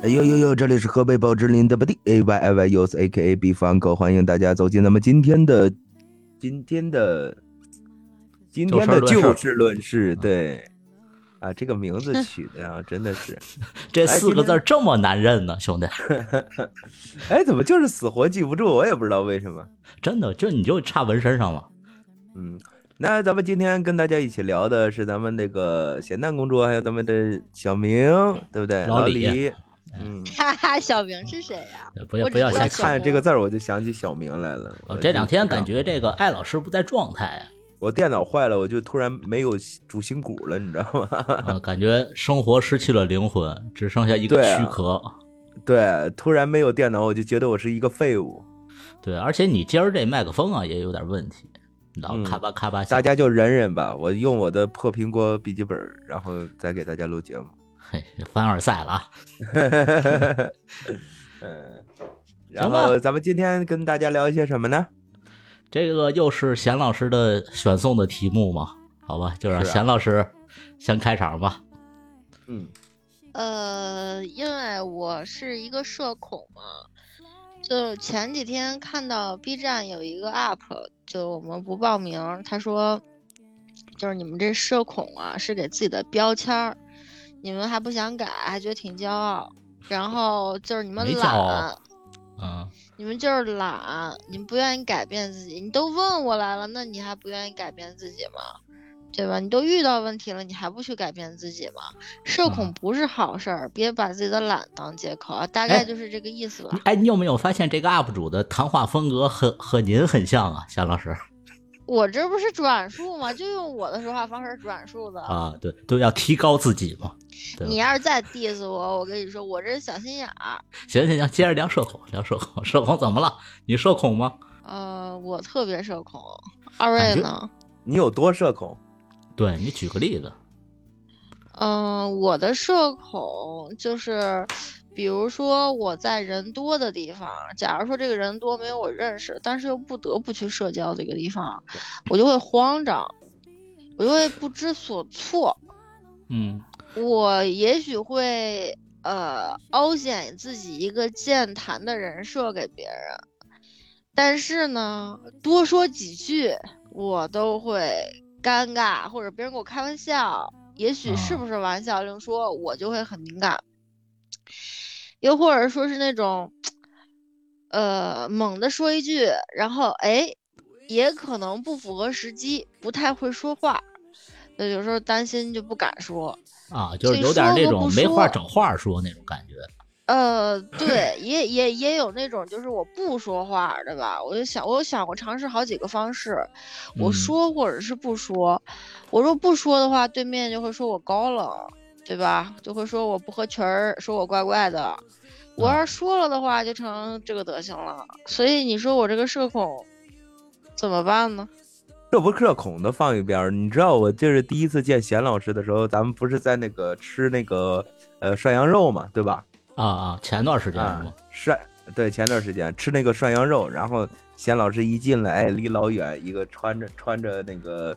呦，这里是河北宝芝林的不地 AYIYUS AKA 比方狗，欢迎大家走进咱们今天的就事论事。对啊，这个名字取的啊，真的是这4个字这么难认呢，兄弟。 哎，怎么就是死活记不住？我也不知道为什么。 真的，你就差纹身上了。 那咱们今天跟大家一起聊的是咱们那个咸蛋公主，还有咱们的小明，对不对？老李。 哈哈，小明是谁呀？ 不要瞎看这个字儿，我就想起小明来了。 这2天感觉这个艾老师不在状态， 我电脑坏了，我就突然没有主心骨了，你知道吗？ 感觉生活失去了灵魂，只剩下一个躯壳。 对，突然没有电脑，我就觉得我是一个废物。 对，而且你今儿这麦克风啊也有点问题，老咔吧咔吧响。 大家就忍忍吧，我用我的破苹果笔记本，然后再给大家录节目。 嘿，凡尔赛了啊！ 然后咱们今天跟大家聊一些什么呢？ 这个又是贤老师的选送的题目嘛？好吧，就让贤老师先开场吧。 因为我是一个社恐嘛，就前几天看到 B 站有一个 UP， 就我们不报名，他说就是你们这社恐啊是给自己的标签儿。你们还不想改，还觉得挺骄傲，然后就是你们懒，你们就是懒，你们不愿意改变自己。你都问我来了，那你还不愿意改变自己吗？对吧？你都遇到问题了，你还不去改变自己吗？社恐不是好事儿，别把自己的懒当借口啊，大概就是这个意思吧。 你有没有发现这个 UP 主的谈话风格和您很像啊，夏老师？ 我这不是转述吗？就用我的说话方式转述的啊，对，都要提高自己嘛。 你要是再 diss 我跟你说，我这是小心眼儿。 行，接着聊社恐，社恐怎么了？你社恐吗？ 我特别社恐。二位呢？ 你有多社恐？ 对，你举个例子。 我的社恐就是。比如说我在人多的地方，假如说这个人多没有我认识，但是又不得不去社交这个地方，我就会慌张，我就会不知所措。我也许会凹显自己一个健谈的人设给别人，但是呢，多说几句我都会尴尬，或者别人给我开玩笑，也许是不是玩笑另说，我就会很敏感。又或者说是那种，猛地说一句，然后也可能不符合时机，不太会说话，那有时候担心就不敢说啊，就是有点那种没话找话说那种感觉。 对，也有那种就是我不说话，对吧？我有想过尝试好几个方式，我说或者是不说。我说不说的话，对面就会说我高冷。对吧？就会说我不合群儿，说我怪怪的。我要是说了的话，就成这个德行了。所以你说我这个社恐怎么办呢？ 这不社恐的放一边，你知道我就是第一次见贤老师的时候，咱们不是在那个吃那个涮羊肉嘛，对吧？ 前段时间吗？ 对，前段时间吃那个涮羊肉，然后贤老师一进来，离老远一个穿着那个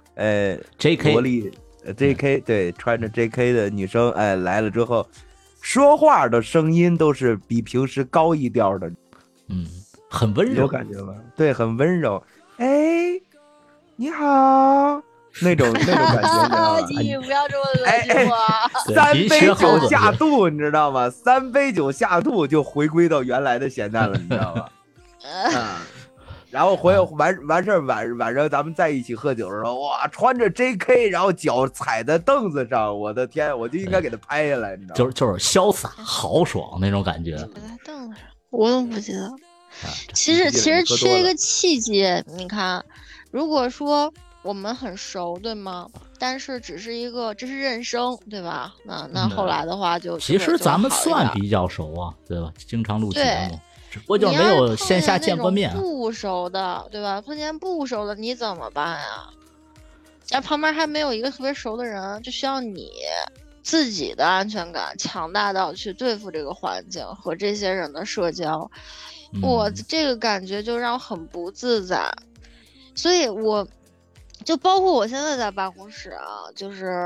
JK 萝莉。JK 对，穿着 JK 的女生，来了之后，说话的声音都是比平时高一调的， 很温柔， 有感觉吗？对，很温柔。你好，那种感觉， 你不要这么恶心我。 3杯酒下肚，你知道吗？3杯酒下肚就回归到原来的咸蛋了，你知道吗？然后完事儿晚上咱们在一起喝酒的时候，哇，穿着 JK， 然后脚踩在凳子上，我的天，我就应该给他拍下来，你知道吗？ 就是潇洒豪爽那种感觉。 踩在凳子上，我怎么不记得？其实缺一个契机。你看，如果说我们很熟，对吗？但是这是认生，对吧？那后来的话就其实咱们算比较熟啊，对吧？经常录节目。我就没有线下见过面， 不熟的，对吧？碰见不熟的你怎么办呀？家旁边还没有一个特别熟的人，就需要你自己的安全感强大到去对付这个环境和这些人的社交。我这个感觉就让我很不自在，所以我就包括我现在在办公室啊，就是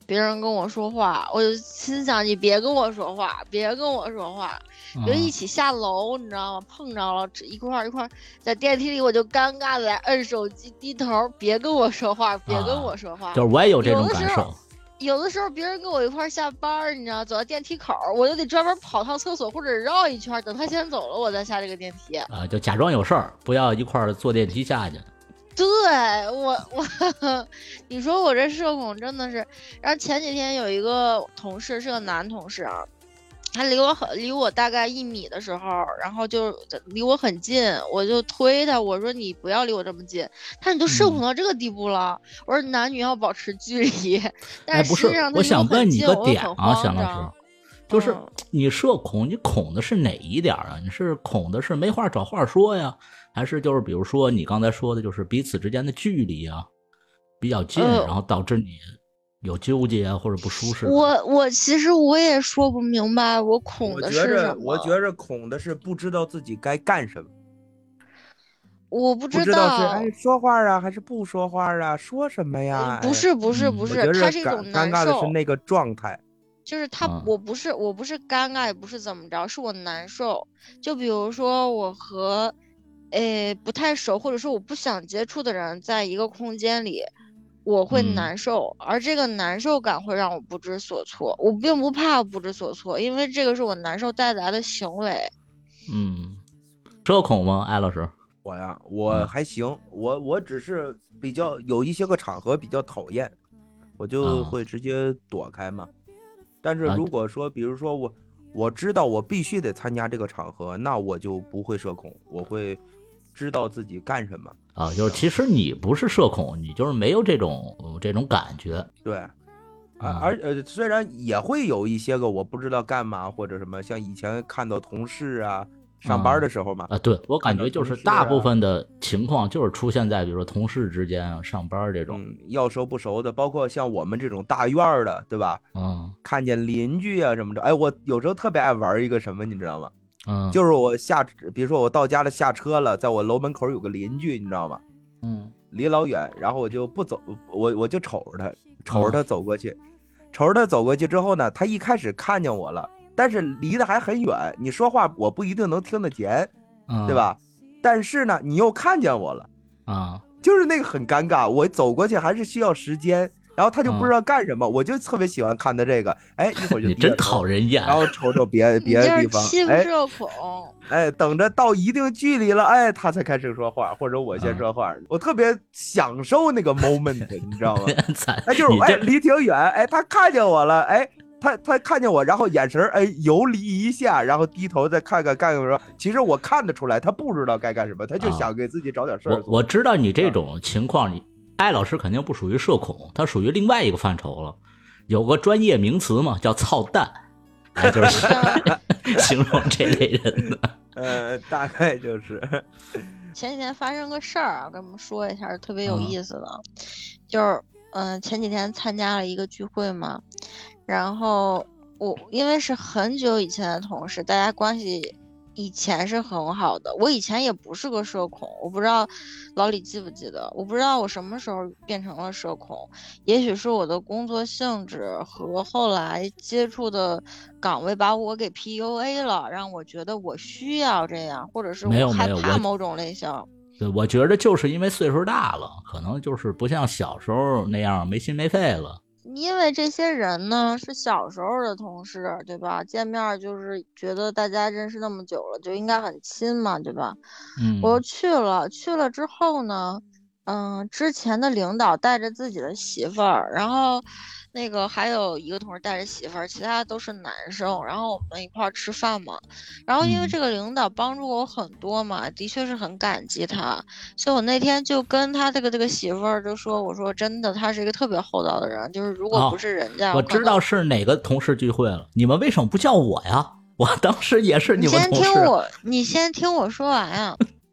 别人跟我说话，我就心想你别跟我说话，别跟我说话。就一起下楼，你知道吗？碰着了，一块儿在电梯里，我就尴尬的摁手机低头，别跟我说话，别跟我说话。 就是我也有这种感受。 有的时候别人跟我一块儿下班，你知道，走到电梯口，我就得专门跑趟厕所或者绕一圈，等他先走了，我再下这个电梯。 就假装有事儿，不要一块儿坐电梯下去。 对我，你说我这社恐真的是。然后前几天有一个同事是个男同事啊，他离我大概1米的时候，然后就离我很近，我就推他，我说你不要离我这么近。他说你都社恐到这个地步了，我说男女要保持距离。但是实际上我想问你个点啊， 想老师，就是你社恐，你恐的是哪一点啊？你是恐的是没话找话说呀，还是就是比如说你刚才说的，就是彼此之间的距离啊比较近，然后导致你有纠结啊或者不舒适？ 我其实我也说不明白，我恐的是什么？ 我觉着恐的是不知道自己该干什么。 我不知道是说话啊还是不说话啊，说什么呀？ 不是，它是一种难受。 尴尬的是那个状态。 就是我不是尴尬，也不是怎么着，是我难受。就比如说我和不太熟或者说我不想接触的人在一个空间里，我会难受，而这个难受感会让我不知所措。我并不怕不知所措，因为这个是我难受带来的行为。 社恐吗，艾老师？ 我呀，我还行，我只是比较有一些个场合比较讨厌，我就会直接躲开嘛。但是如果说比如说我知道我必须得参加这个场合，那我就不会社恐，我会知道自己干什么啊。就是其实你不是社恐，你就是没有这种感觉。 对，虽然也会有一些个我不知道干嘛或者什么，像以前看到同事啊上班的时候嘛。 对，我感觉就是大部分的情况就是出现在比如说同事之间啊上班这种， 要熟不熟的，包括像我们这种大院的，对吧？看见邻居啊什么的，哎，我有时候特别爱玩一个什么，你知道吗？就是我比如说我到家了下车了，在我楼门口有个邻居，你知道吗？离老远，然后我就不走，我就瞅着他走过去，瞅着他走过去之后呢，他一开始看见我了，但是离得还很远，你说话我不一定能听得见，对吧？但是呢，你又看见我了，就是那个很尴尬，我走过去还是需要时间。然后他就不知道干什么，我就特别喜欢看他这个，哎，一会儿就你真讨人厌， 然后瞅别的地方， 欺负社恐， 哎，等着到一定距离了，哎，他才开始说话，或者我先说话，我特别享受那个 moment， 你知道吗？哎，就是哎离挺远，哎，他看见我了，哎，他看见我，然后眼神哎游离一下，然后低头再看看干什么。其实我看得出来，他不知道该干什么，他就想给自己找点事儿。 我知道你这种情况，艾老师肯定不属于社恐，他属于另外一个范畴了。有个专业名词嘛，叫操蛋，就是形容这类人的。 大概就是前几天发生个事儿啊，跟你们说一下，特别有意思的，就是前几天参加了一个聚会嘛，然后我因为是很久以前的同事，大家关系以前是很好的，我以前也不是个社恐，我不知道老李记不记得，我不知道我什么时候变成了社恐，也许是我的工作性质和后来接触的岗位把我给 PUA 了，让我觉得我需要这样，或者是我害怕某种类型。 对，我觉得就是因为岁数大了，可能就是不像小时候那样没心没肺了。 因为这些人呢是小时候的同事，对吧？见面就是觉得大家认识那么久了，就应该很亲嘛，对吧？我去了之后呢，之前的领导带着自己的媳妇儿，然后那个还有一个同事带着媳妇儿，其他都是男生，然后我们一块儿吃饭嘛。然后因为这个领导帮助我很多嘛，的确是很感激他，所以我那天就跟他这个媳妇儿就说，我说真的，他是一个特别厚道的人，就是如果不是人家， 我知道是哪个同事聚会了，你们为什么不叫我呀？我当时也是你们同事。 你先听我说完呀。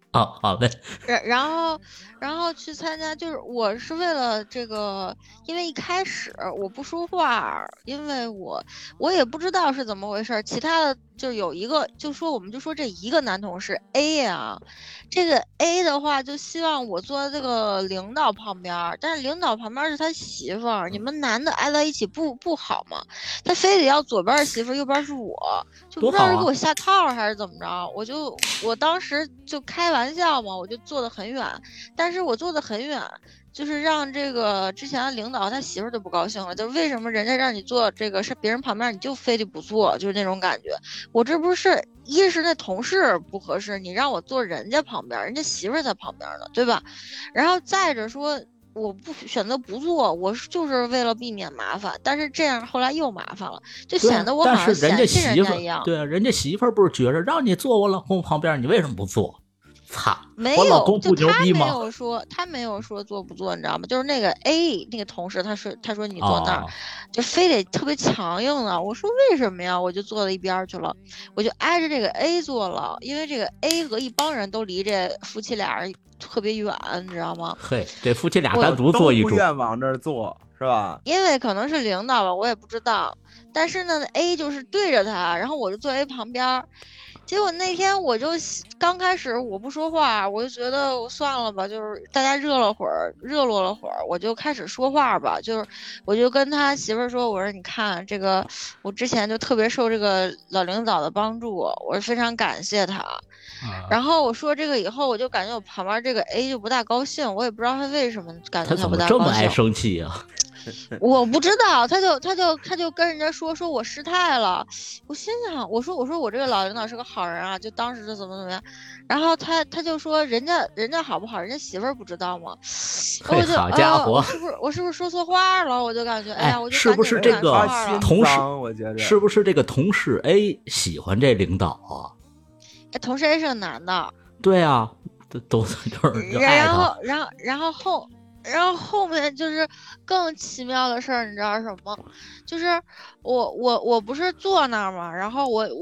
好嘞。 然后去参加，就是我是为了这个，因为一开始我不说话，因为我也不知道是怎么回事，其他的就有一个，我们就说这一个男同事 A 啊，这个 A 的话就希望我坐在这个领导旁边，但是领导旁边是他媳妇儿，你们男的挨在一起不好吗？他非得要左边是媳妇儿，右边是我，就不知道是给我下套还是怎么着，我当时就开玩笑嘛，我就坐得很远。但是我坐得很远，就是让这个之前的领导他媳妇儿就不高兴了，就为什么人家让你坐这个是别人旁边，你就非得不坐，就是那种感觉。我这不是一是那同事不合适，你让我坐人家旁边，人家媳妇儿在旁边呢，对吧？然后再者说，我不选择不做，就是为了避免麻烦，但是这样后来又麻烦了，就显得我好像嫌弃人家一样。 对啊，人家媳妇儿不是觉着让你坐我老公旁边，你为什么不坐？操！ 没有， 我老公不牛逼吗？ 他没有说做不做，你知道吗？就是那个 A 那个同事，他说你坐那儿，就非得特别强硬的。我说为什么呀？我就坐到一边去了，我就挨着这个 A 坐了，因为这个 A 和一帮人都离这夫妻俩人特别远，你知道吗？ 嘿，这夫妻俩单独坐一桌， 不愿往这儿坐是吧？ 因为可能是领导吧，我也不知道。但是呢 ，A 就是对着他，然后我就坐 A 旁边。结果那天我就刚开始我不说话，我就觉得算了吧，就是大家热络了会儿，我就开始说话吧，我就跟他媳妇儿说，我说你看这个，我之前就特别受这个老领导的帮助，我是非常感谢他。然后我说这个以后，我就感觉我旁边这个 A 就不大高兴，我也不知道他为什么感觉他不大高兴。 他怎么这么爱生气啊？ 我不知道，他就跟人家说我失态了，我心想我说我这个老领导是个好人啊，就当时就怎么样，然后他就说人家好不好，人家媳妇儿不知道吗？我就好家伙， 我是不是说错话了？我就感觉哎呀，我就是不是这个同事？ 我觉得是不是这个同事 A 喜欢这领导啊？ 同事 A 是个男的。 对啊，都就是就爱他。 然后后面就是更奇妙的事儿，你知道什么？就是我不是坐那儿嘛，然后我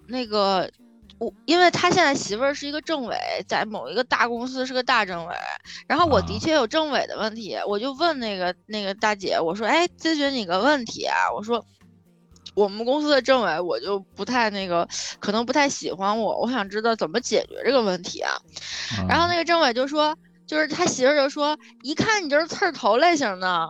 因为他现在媳妇儿是一个政委，在某一个大公司是个大政委，然后我的确有政委的问题，我就问那个大姐，我说哎，咨询你个问题啊，我说我们公司的政委我就不太可能不太喜欢我想知道怎么解决这个问题啊。然后那个政委就说。就是他媳妇就说，一看你就是刺儿头类型的，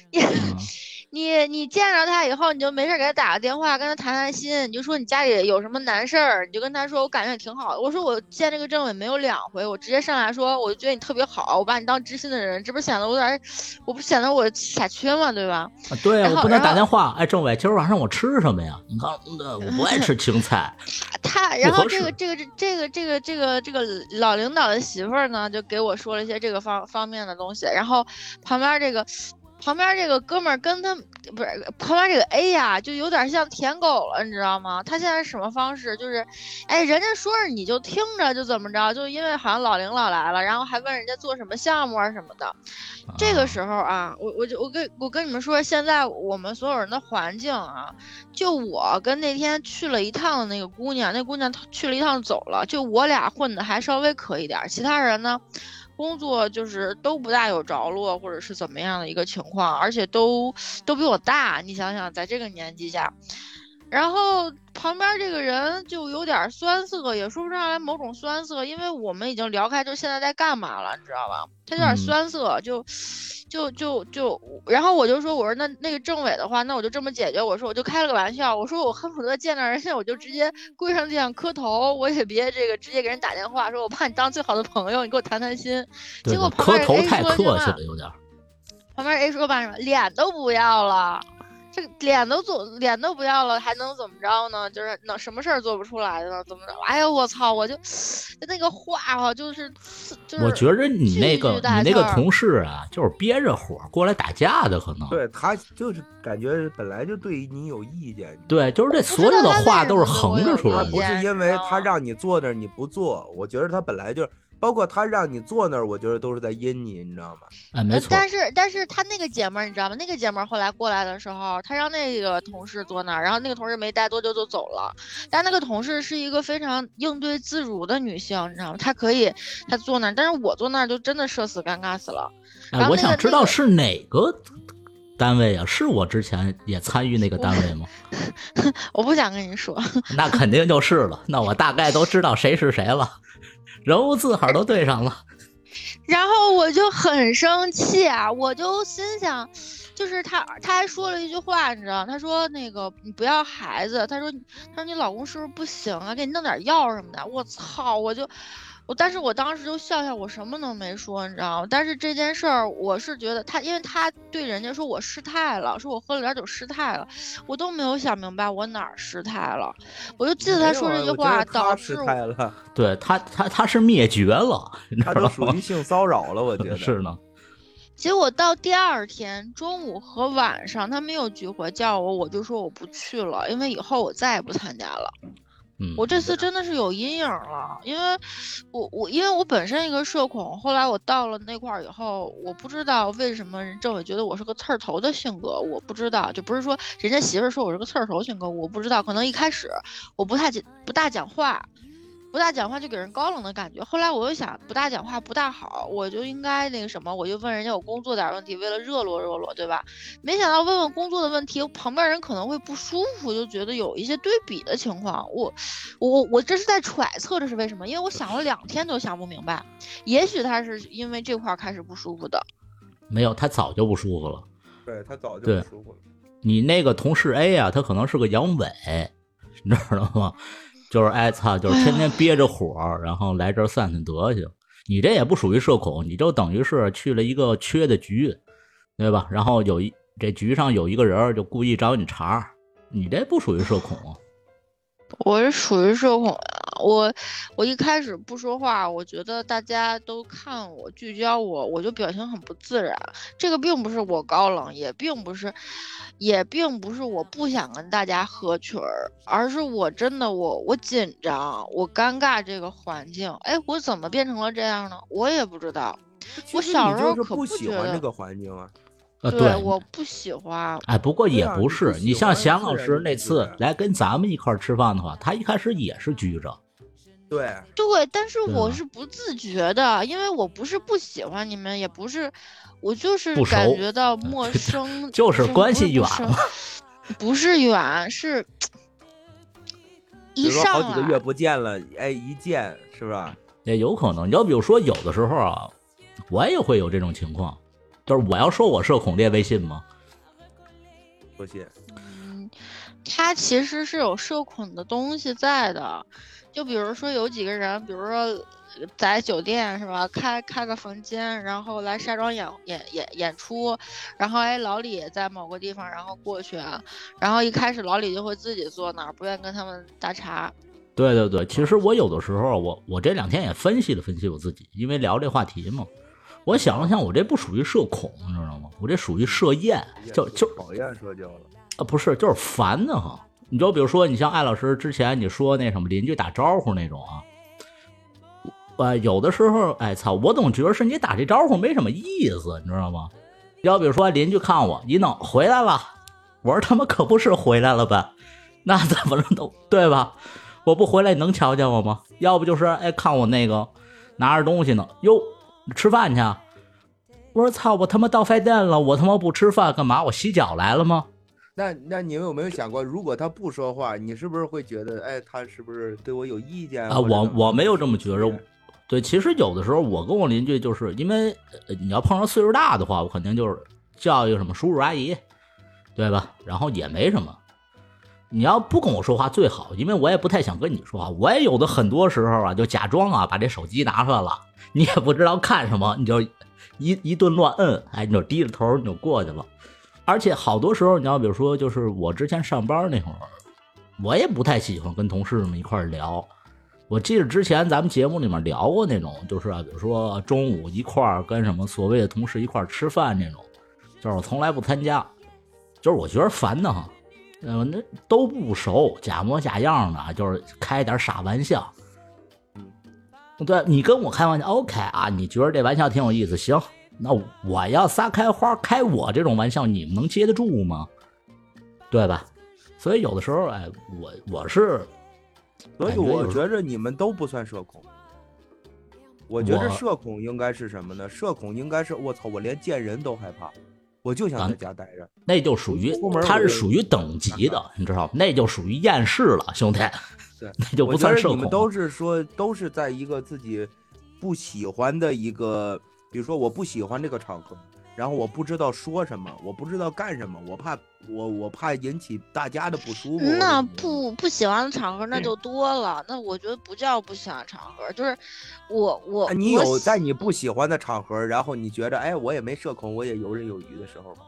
你见着他以后，你就没事给他打个电话，跟他谈谈心，你就说你家里有什么难事儿，你就跟他说，我感觉也挺好的。我说我见这个政委没有2回，我直接上来说，我就觉得你特别好，我把你当知心的人，这不显得我不显得我傻缺吗？对吧？ 对啊，我不能打电话。哎，政委，今儿晚上我吃什么呀？你看，我不爱吃青菜。 然后这个老领导的媳妇儿呢，就给我说了一些这个方面的东西，然后旁边这个哥们儿跟他不是旁边这个 A 呀，就有点像舔狗了，你知道吗？他现在什么方式？就是，哎，人家说是你就听着就怎么着，就因为好像老领导来了，然后还问人家做什么项目啊什么的。这个时候啊，我跟你们说，现在我们所有人的环境啊，就我跟那天去了一趟的那个姑娘，那姑娘去了一趟走了，就我俩混的还稍微可以点，其他人呢？工作就是都不大有着落，或者是怎么样的一个情况，而且都比我大。你想想，在这个年纪下，然后旁边这个人就有点酸涩，也说不上来某种酸涩，因为我们已经聊开，就现在在干嘛了，你知道吧？他有点酸涩，然后我就说，我说那个政委的话，那我就这么解决。我说我就开了个玩笑，我说我恨不得见到人家我就直接跪上地上磕头，我也别这个直接给人打电话，说我把你当最好的朋友，你给我谈谈心。结果旁边 A 说客气了有点。 旁边 A 说把什么脸都不要了。这个脸都不要了，还能怎么着呢？就是什么事儿做不出来的呢？怎么着？哎呦我操！就那个话啊，就是我觉着你那个同事啊，就是憋着火过来打架的，可能。 对他就是感觉本来就对你有意见。 对，就是这所有的话都是横着出来的。 不是因为他让你坐那儿你不坐，我觉得他本来就是包括他让你坐那儿，我觉得都是在阴你，你知道吗？ 哎，没错。 但是他那个姐们儿，你知道吗？那个姐们儿后来过来的时候，他让那个同事坐那儿，然后那个同事没待多久就走了。但那个同事是一个非常应对自如的女性，你知道吗？她坐那儿，但是我坐那儿就真的社死尴尬死了。 哎，我想知道是哪个单位啊？是我之前也参与那个单位吗？ 我不想跟你说。 那肯定就是了，那我大概都知道谁是谁了，人物字号都对上了。 然后我就很生气啊，我就心想，就是他还说了一句话，你知道，他说那个你不要孩子，他说你老公是不是不行啊？给你弄点药什么的。我操，但是我当时就笑笑，我什么都没说，你知道吗？但是这件事儿，我是觉得因为他对人家说我失态了，说我喝了点酒失态了，我都没有想明白我哪儿失态了，我就记得他说这句话，导致失态了。 对他是灭绝了， 他都属于性骚扰了，我觉得是呢。 结果到第二天中午和晚上，他没有聚会叫我就说我不去了，因为以后我再也不参加了。我这次真的是有阴影了，因为我本身一个社恐，后来我到了那块儿以后，我不知道为什么政委觉得我是个刺儿头的性格，我不知道，就不是说人家媳妇说我是个刺儿头性格，我不知道，可能一开始我不大讲话就给人高冷的感觉，后来我又想不大讲话不大好，我就应该那个什么，我就问人家我工作点问题，为了热络，对吧？没想到问工作的问题，旁边人可能会不舒服，就觉得有一些对比的情况。我这是在揣测这是为什么，因为我想了2天都想不明白，也许他是因为这块开始不舒服的。 没有，他早就不舒服了。 对，他早就不舒服了。 你那个同事 A 啊，他可能是个阳痿，你知道吗？就是就是天天憋着火，然后来这儿散散德行。你这也不属于社恐，你就等于是去了一个缺的局，对吧？然后这局上有一个人就故意找你茬，你这不属于社恐啊。 我是属于社恐呀，我一开始不说话，我觉得大家都看我聚焦我就表情很不自然。这个并不是我高冷，也并不是我不想跟大家合群儿，而是我真的我紧张，我尴尬这个环境。哎，我怎么变成了这样呢？我也不知道。我小时候可不觉得喜欢这个环境啊。 对，我不喜欢。 哎，不过也不是，你像贤老师那次来跟咱们一块吃饭的话，他一开始也是拘着。 对， 但是我是不自觉的，因为我不是不喜欢你们，也不是，我就是感觉到陌生， 就是关系远了， 不是远，是一上来好几个月不见了，哎，一见是吧？ 也有可能。你要比如说，有的时候啊，我也会有这种情况。就是我要说我社恐列微信吗？ 不信。 他其实是有社恐的东西在的，就比如说有几个人，比如说在酒店是吧，开个房间，然后来沙庄演出，然后老李也在某个地方，然后过去啊，然后一开始老李就会自己坐那儿，不愿跟他们搭茬。 对，其实我有的时候我这2天也分析了分析我自己，因为聊这话题嘛。我想了想，我这不属于社恐，你知道吗？我这属于社厌，就讨厌社交了不是，就是烦的哈。你就比如说，你像艾老师之前你说那什么邻居打招呼那种啊，有的时候我总觉得是你打这招呼没什么意思，你知道吗？要比如说邻居看我一弄回来了，我说他们可不是回来了吧？那怎么了都对吧？我不回来你能瞧见我吗？要不就是看我那个拿着东西呢，哟。吃饭去，我说我他妈到饭店了，我他妈不吃饭干嘛？我洗脚来了吗？ 那你有没有想过，如果他不说话，你是不是会觉得，他是不是对我有意见啊？我没有这么觉着。对，其实有的时候我跟我邻居就是因为你要碰上岁数大的话，我肯定就是叫一个什么叔叔阿姨，对吧？然后也没什么。你要不跟我说话最好，因为我也不太想跟你说话。我也有的很多时候啊，就假装把这手机拿出来了。你也不知道看什么，你就一顿乱摁，你就低着头你就过去了。而且好多时候，你要比如说，就是我之前上班那会儿，我也不太喜欢跟同事们一块聊。我记得之前咱们节目里面聊过那种，就是比如说中午一块跟什么所谓的同事一块吃饭这种，就是我从来不参加，就是我觉得烦的哈。那都不熟，假模假样的，就是开点傻玩笑。 对你跟我开玩笑 OK 啊，你觉得这玩笑挺有意思，行，那我要撒开花开我这种玩笑，你们能接得住吗？对吧？所以有的时候，哎，我是， 所以我觉着你们都不算社恐。我觉着社恐应该是什么呢？社恐应该是我操，我连见人都害怕，我就想在家待着。 那就属于他是属于等级的，你知道吗？那就属于厌世了，兄弟。 对， 那就不算社恐。 你们都是说都是在一个自己不喜欢的一个，比如说我不喜欢这个场合，然后我不知道说什么，我不知道干什么，我怕引起大家的不舒服。 那不喜欢的场合那就多了，那我觉得不叫不喜欢场合，就是你有在你不喜欢的场合，然后你觉得哎我也没社恐，我也游刃有余的时候吗？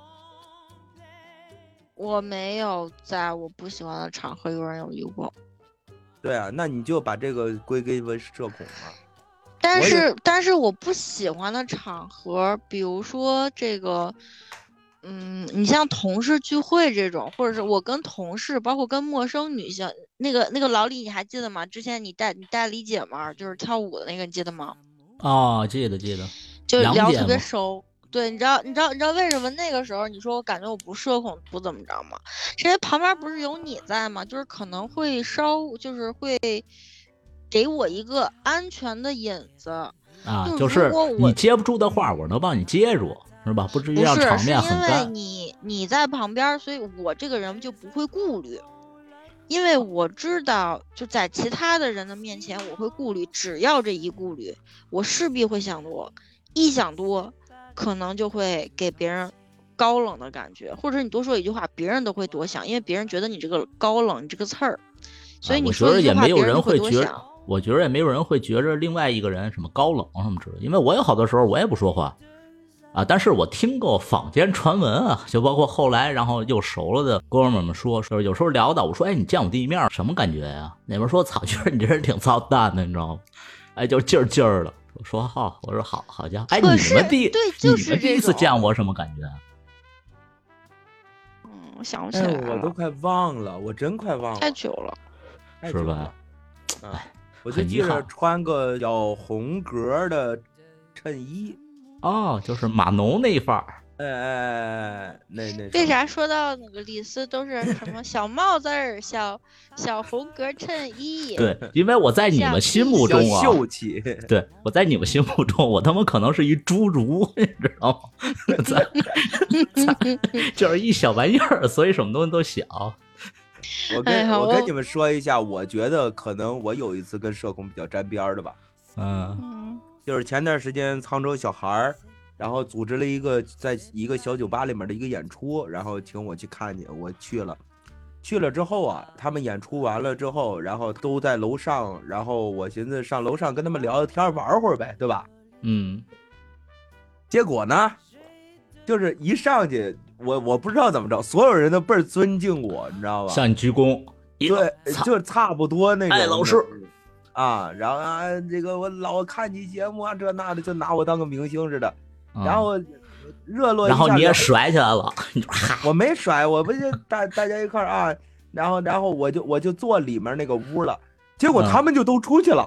我没有在我不喜欢的场合游刃有余过。 对啊，那你就把这个归为社恐嘛。 但是我不喜欢的场合，比如说这个。你像同事聚会这种，或者是我跟同事，包括跟陌生女性，那个老李你还记得吗？之前你带李姐嘛，就是跳舞的那个，你记得吗？ 哦，记得， 就聊特别熟。对，你知道为什么那个时候你说我感觉我不社恐不怎么着吗？是因为旁边不是有你在吗？就是可能会就是会给我一个安全的引子啊，就是你接不住的话，我能帮你接住。是吧？不至于让场面很干。 是因为你在旁边，所以我这个人就不会顾虑，因为我知道就在其他的人的面前我会顾虑，只要这一顾虑，我势必会想多，一想多，可能就会给别人高冷的感觉，或者你多说一句话，别人都会多想，因为别人觉得你这个高冷，你这个刺儿，所以你说一句话，别人会多想。 我觉得也没有人会觉着另外一个人什么高冷什么之类的，因为我有好多时候我也不说话。啊！但是我听过坊间传闻啊，就包括后来然后又熟了的哥们们说有时候聊到我说，哎，你见我第一面什么感觉呀？哪边说操，觉得你这人挺操蛋的，你知道吗？哎，就劲儿的说好，我说好家伙，哎，你们第一次见我什么感觉？ 我想不起来了， 我都快忘了，我真快忘了， 太久了， 是吧？ 哎，我就记得穿个小红格的衬衣。 哦，就是码农那一范儿。 那为啥说到那个李斯都是什么小帽子儿、小红格衬衣？ 对，因为我在你们心目中啊， 秀气。 对，我在你们心目中，我他妈可能是一侏儒，你知道吗？就是一小玩意儿，所以什么东西都小。 我跟你们说一下，我觉得可能我有一次跟社恐比较沾边的吧。就是前段时间沧州小孩然后组织了在一个小酒吧里面的一个演出，然后请我去看去，我去了之后啊，他们演出完了之后，然后都在楼上，然后我寻思上楼上跟他们聊聊天玩会儿呗，对吧？结果呢，就是一上去，我不知道怎么着，所有人都倍儿尊敬我，你知道吧？ 向你鞠躬， 对，就差不多那种。 哎，老师。 啊，然后啊，这个我老看你节目啊，这那的，就拿我当个明星似的，然后热络一下， 然后你也甩起来了， 我没甩，我不就大家一块儿啊，然后我就坐里面那个屋了，结果他们就都出去了，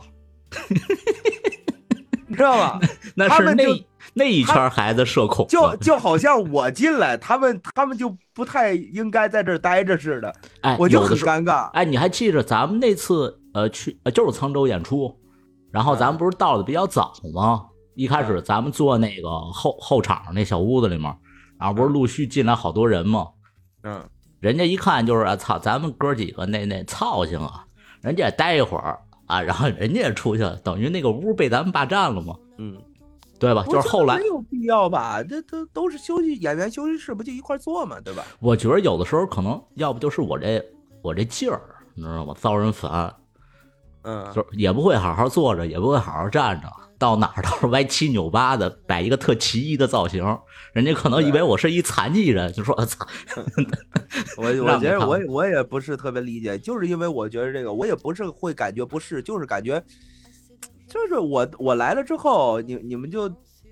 你知道吧？ 那是那一圈孩子社恐， 就好像我进来，他们就不太应该在这儿待着似的， 哎， 我就很尴尬。 哎，你还记着咱们那次去就是沧州演出，然后咱们不是到的比较早吗？一开始咱们坐那个后场那小屋子里面，然后不是陆续进来好多人吗？人家一看就是操，咱们哥几个那操性啊，人家也待一会儿啊，然后人家也出去了，等于那个屋被咱们霸占了嘛。对吧？就是后来没有必要吧？这都是演员休息室，不就一块坐嘛，对吧？ 我觉得有的时候可能要不就是我这劲儿，你知道吗？遭人烦，就是也不会好好坐着，也不会好好站着，到哪儿都是歪七扭八的，摆一个特奇异的造型，人家可能以为我是一残疾人，就说操。 我觉得我也不是特别理解，就是因为我觉得这个，我也不是会感觉不适，就是感觉。就是我来了之后，你们就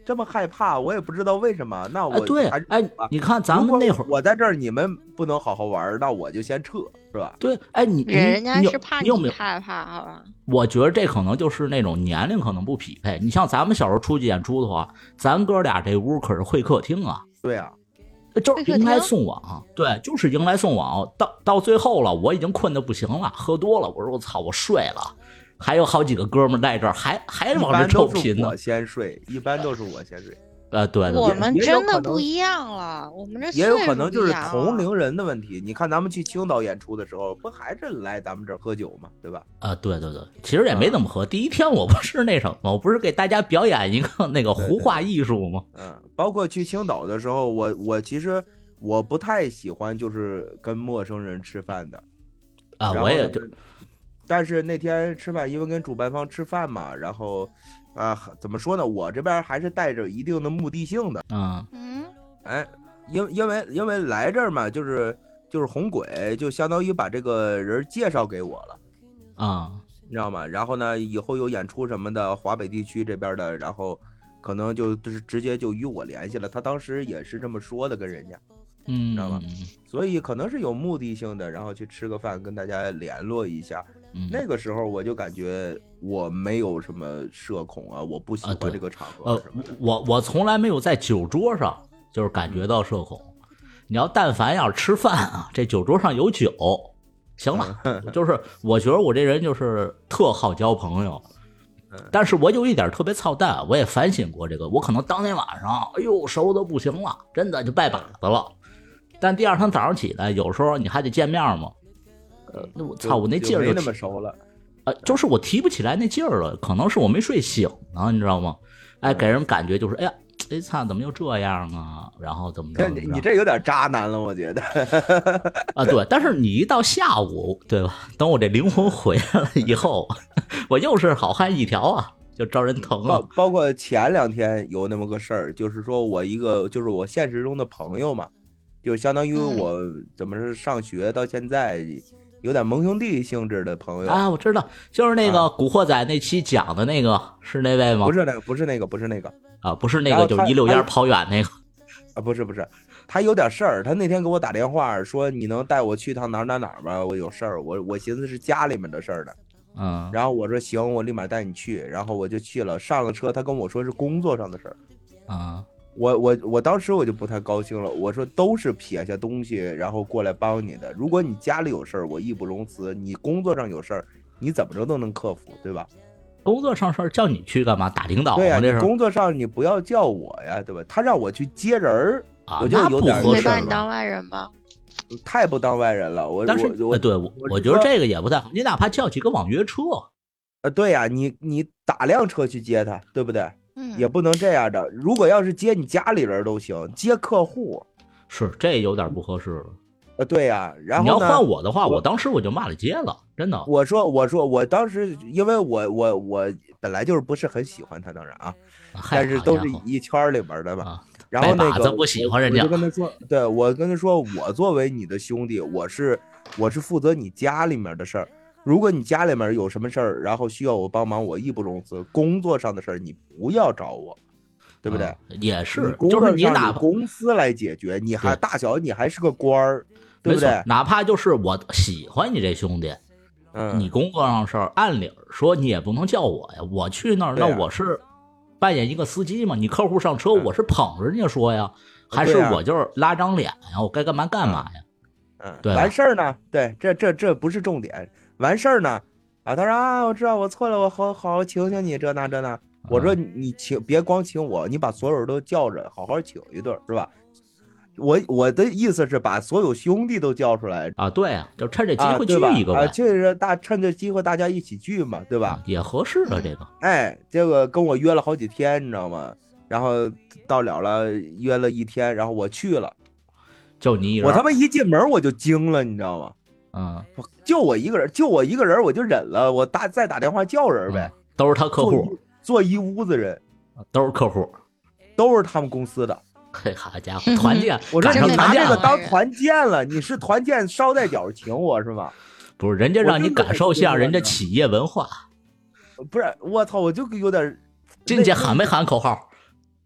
这么害怕，我也不知道为什么。那我对，哎，你看咱们那会儿， 我在这儿，你们不能好好玩，那我就先撤，是吧？ 对，哎， 人家是怕你有没有害怕，好吧？ 我觉得这可能就是那种年龄可能不匹配。你像咱们小时候出去演出的话，咱哥俩这屋可是会客厅啊。 对啊， 就是迎来送往，对，就是迎来送往。到最后了，我已经困得不行了，喝多了，我说我操，我睡了。还有好几个哥们在这儿，还往这臭贫呢。 我先睡，一般都是我先睡。 对， 我们真的不一样了，我们这也有可能就是同龄人的问题。你看咱们去青岛演出的时候，不还是来咱们这儿喝酒吗？对吧？ 对，其实也没怎么喝。第一天我不是那什么，我不是给大家表演一个那个胡话艺术吗？ 包括去青岛的时候，我其实我不太喜欢就是跟陌生人吃饭的我也就。 但是那天吃饭，因为跟主办方吃饭嘛，然后，怎么说呢？我这边还是带着一定的目的性的。哎，因为来这儿嘛，就是红鬼，就相当于把这个人介绍给我了你知道吗？然后呢，以后有演出什么的，华北地区这边的，然后可能就是直接就与我联系了。他当时也是这么说的，跟人家。知道吗？所以可能是有目的性的，然后去吃个饭，跟大家联络一下。那个时候我就感觉我没有什么社恐啊，我不喜欢这个场合。 我从来没有在酒桌上就是感觉到社恐。你要但凡要吃饭啊，这酒桌上有酒，行了。就是我觉得我这人就是特好交朋友。但是我有一点特别操蛋，我也反省过这个。我可能当天晚上，哎呦，熟的不行了，真的就拜把子了。但第二天早上起来，有时候你还得见面嘛。那我操，我那劲儿没那么熟了。 就是我提不起来那劲儿了，可能是我没睡醒呢，你知道吗？哎，给人感觉就是，哎呀，哎操，怎么又这样啊？然后怎么着？ 你这有点渣男了，我觉得。 对，但是你一到下午，对吧？等我这灵魂回来了以后，我又是好汉一条啊。就招人疼了。 包括前2天有那么个事儿，就是说我一个就是我现实中的朋友嘛，就相当于我怎么是上学到现在有点盟兄弟性质的朋友啊。我知道，就是那个古惑仔那期讲的那个，是那位吗？ 不是那个，不是那个，不是那个啊，不是那个，就是一溜烟跑远那个啊，不是，他有点事儿，他那天给我打电话说你能带我去趟哪儿吧，我有事儿，我寻思是家里面的事儿呢。然后我说行，我立马带你去，然后我就去了，上了车，他跟我说是工作上的事儿，我当时我就不太高兴了，我说都是撇下东西然后过来帮你的，如果你家里有事儿，我义不容辞，你工作上有事儿，你怎么着都能克服，对吧？ 工作上事儿叫你去干嘛？打领导？ 对呀， 你工作上你不要叫我呀，对吧？他让我去接人儿，我就有点没把你当外人吧？ 太不当外人了， 但是我觉得这个也不太好，你哪怕叫几个网约车， 对呀，你打辆车去接他，对不对？也不能这样的。如果要是接你家里人都行，接客户是这有点不合适了。 对呀，然后你要换我的话，我当时我就骂了街了，真的。 我说我当时因为我本来就是不是很喜欢他，当然啊，但是都是一圈里边的嘛。然后那个不喜欢人家， 我就跟他说，对，我跟他说，我作为你的兄弟，我是负责你家里面的事儿。如果你家里面有什么事儿，然后需要我帮忙，我义不容辞。工作上的事儿你不要找我，对不对？ 也是， 就是你拿公司来解决，你还大小，你还是个官儿，对不对？ 哪怕就是我喜欢你这兄弟，你工作上事儿，按理说你也不能叫我呀，我去那儿，那我是扮演一个司机嘛，你客户上车，我是捧着人家说呀，还是我就是拉张脸呀？我该干嘛干嘛呀？对， 完事儿呢？对，这不是重点。完事儿呢？啊，他说啊，我知道我错了，我好好请你这那。我说你请，别光请我，你把所有人都叫着，好好请一顿，是吧？我的意思是把所有兄弟都叫出来啊，对啊，就趁这机会聚一个呗， 就是趁这机会大家一起聚嘛，对吧？ 也合适的这个。 哎，这个跟我约了好几天，你知道吗？然后到了约了1天，然后我去了， 就你一人， 我他妈一进门我就惊了，你知道吗？就我一个人，我就忍了，我再打电话叫人呗， 都是他客户， 坐一屋子人， 都是客户， 都是他们公司的。 嘿，好家伙，团建！ 我说你拿这个当团建了，你是团建捎带脚请我是吗？ 不是，人家让你感受一下人家企业文化。 不是，我操，我就有点进去喊没喊口号？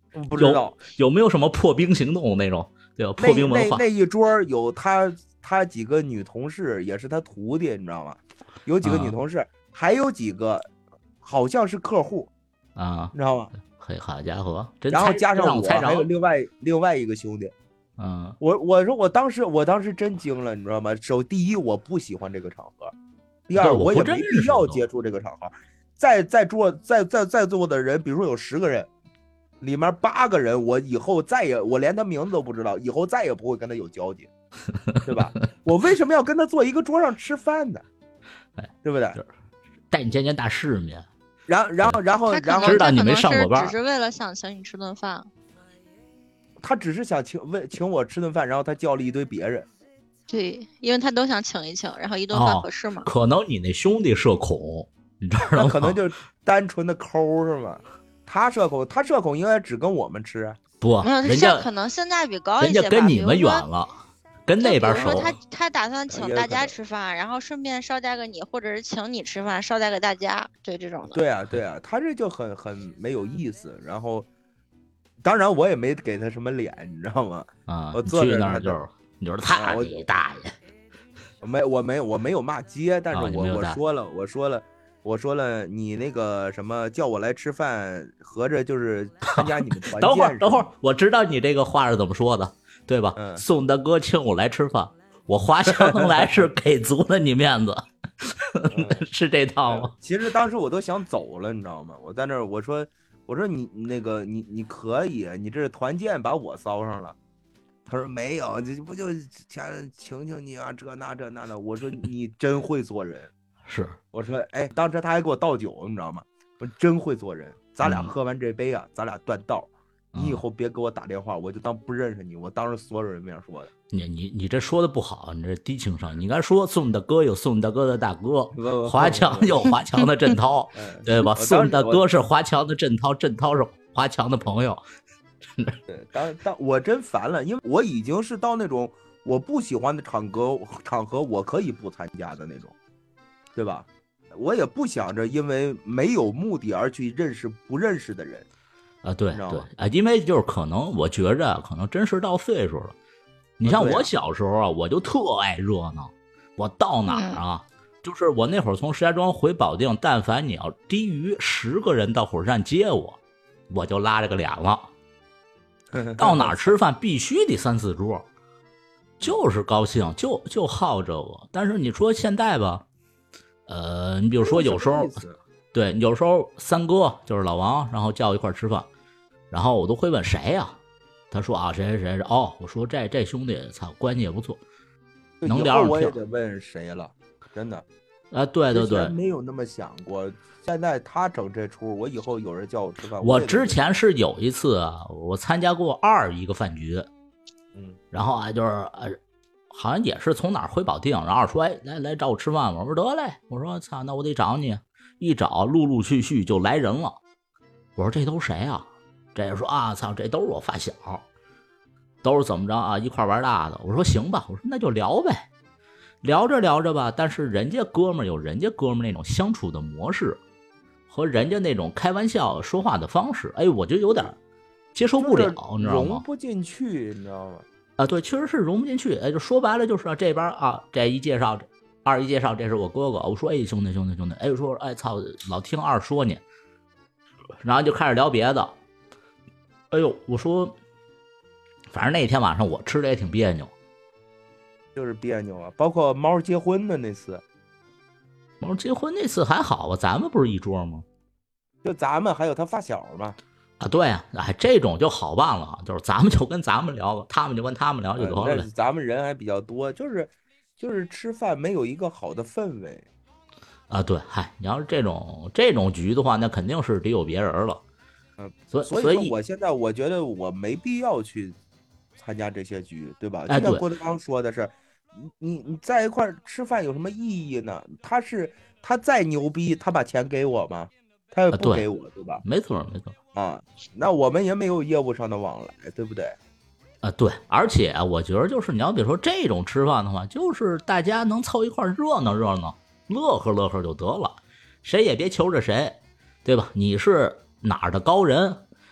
不知道有没有什么破冰行动那种，对吧？破冰文化那一桌有他几个女同事，也是他徒弟，你知道吗？有几个女同事，还有几个好像是客户啊， 你知道吗？ 嘿，好家伙！ 然后加上我还有另外一个兄弟，我说我当时真惊了，你知道吗？第一我不喜欢这个场合，第二我也没必要接触这个场合。在座的人，比如说有10个人，里面8个人，我以后我连他名字都不知道，以后再也不会跟他有交集，对吧？我为什么要跟他坐一个桌上吃饭呢？对不对？ 带你见见大世面。 然后知道你没上过班， 只是为了想请你吃顿饭。 他只是想请我吃顿饭，然后他叫了一堆别人。 对，因为他都想请一请，然后一顿饭合适嘛。 可能你那兄弟社恐，你知道吗？ 可能就是单纯的抠是吗？他社恐应该只跟我们吃。 不，人家可能性价比高一些吧。 人家跟你们远了。跟那边熟， 他打算请大家吃饭，然后顺便捎带个你，或者是请你吃饭，捎带个大家，对这种的。 对啊，他这就很没有意思。然后，当然我也没给他什么脸，你知道吗？ 啊， 我坐那儿你就是他你大爷。 我没有骂街，但是我说了，你那个什么叫我来吃饭，合着就是参加你们团建。 等会儿，我知道你这个话是怎么说的。对吧？宋大哥请我来吃饭，我华强来是给足了你面子，是这套吗？ 其实当时我都想走了，你知道吗？我在那儿我说你那个你可以，你这是团建把我骚上了。他说没有，这不就请你啊，这那的。我说你真会做人， 是。 我说哎，当时他还给我倒酒，你知道吗？我真会做人，咱俩喝完这杯啊，咱俩断道。你以后别给我打电话，我就当不认识你，我当着所有人面说的。 你这说的不好，你这低情商。你应该说宋大哥有宋大哥的大哥，华强有华强的振涛，对吧？宋大哥是华强的振涛，振涛是华强的朋友。 对，但我真烦了，因为我已经是到那种我不喜欢的场合，我可以不参加的那种，对吧？我也不想着因为没有目的而去认识不认识的人。 对啊，因为就是可能我觉着可能真是到岁数了。你像我小时候啊，我就特爱热闹，我到哪儿啊，就是我那会儿从石家庄回保定，但凡你要低于10个人到火车站接我就拉着个脸了。到哪儿吃饭必须得3、4桌，就是高兴，就好这个。但是你说现在吧，你比如说有时候。对，有时候三哥就是老王，然后叫一块吃饭，然后我都会问谁呀？他说啊谁哦，我说这兄弟操关系也不错，能聊上天。 我也得问谁了，真的啊，对， 没有那么想过。现在他整这出，我以后有人叫我吃饭， 我之前是有一次啊，我参加过一个饭局，然后啊就是好像也是从哪儿回保定，然后说哎来找我吃饭吧，我说得嘞，我说操，那我得找你。一找陆续就来人了，我说这都谁啊？这说啊操，这都是我发小，都是怎么着啊一块玩大的。我说行吧，我说那就聊呗，聊着吧。但是人家哥们儿有人家哥们儿那种相处的模式，和人家那种开玩笑说话的方式，哎，我就有点接受不了，你知道吗？ 融不进去，你知道吗？ 啊，对，确实是融不进去。哎，就说白了就是这边啊，这一介绍。二一介绍，这是我哥哥。我说，哎，兄弟，哎，我说，哎，操，老听二说你，然后就开始聊别的。哎呦，我说，反正那天晚上我吃的也挺别扭， 就是别扭啊。包括猫结婚的那次， 猫结婚那次还好吧？咱们不是一桌吗？ 就咱们还有他发小嘛。 啊，对啊，哎，这种就好办了，就是咱们就跟咱们聊，他们就跟他们聊就得了。 咱们人还比较多，就是吃饭没有一个好的氛围啊，对，嗨，你要是这种局的话，那肯定是得有别人了。 所以我现在我觉得我没必要去参加这些局，对吧？ 哎， 就像郭德纲说的是，你在一块吃饭有什么意义呢？他再牛逼，他把钱给我吗？他也不给我，对吧？ 没错啊，那我们也没有业务上的往来，对不对？ 啊，对，而且我觉得就是你要比如说这种吃饭的话，就是大家能凑一块热闹，乐呵就得了，谁也别求着谁，对吧？你是哪儿的高人，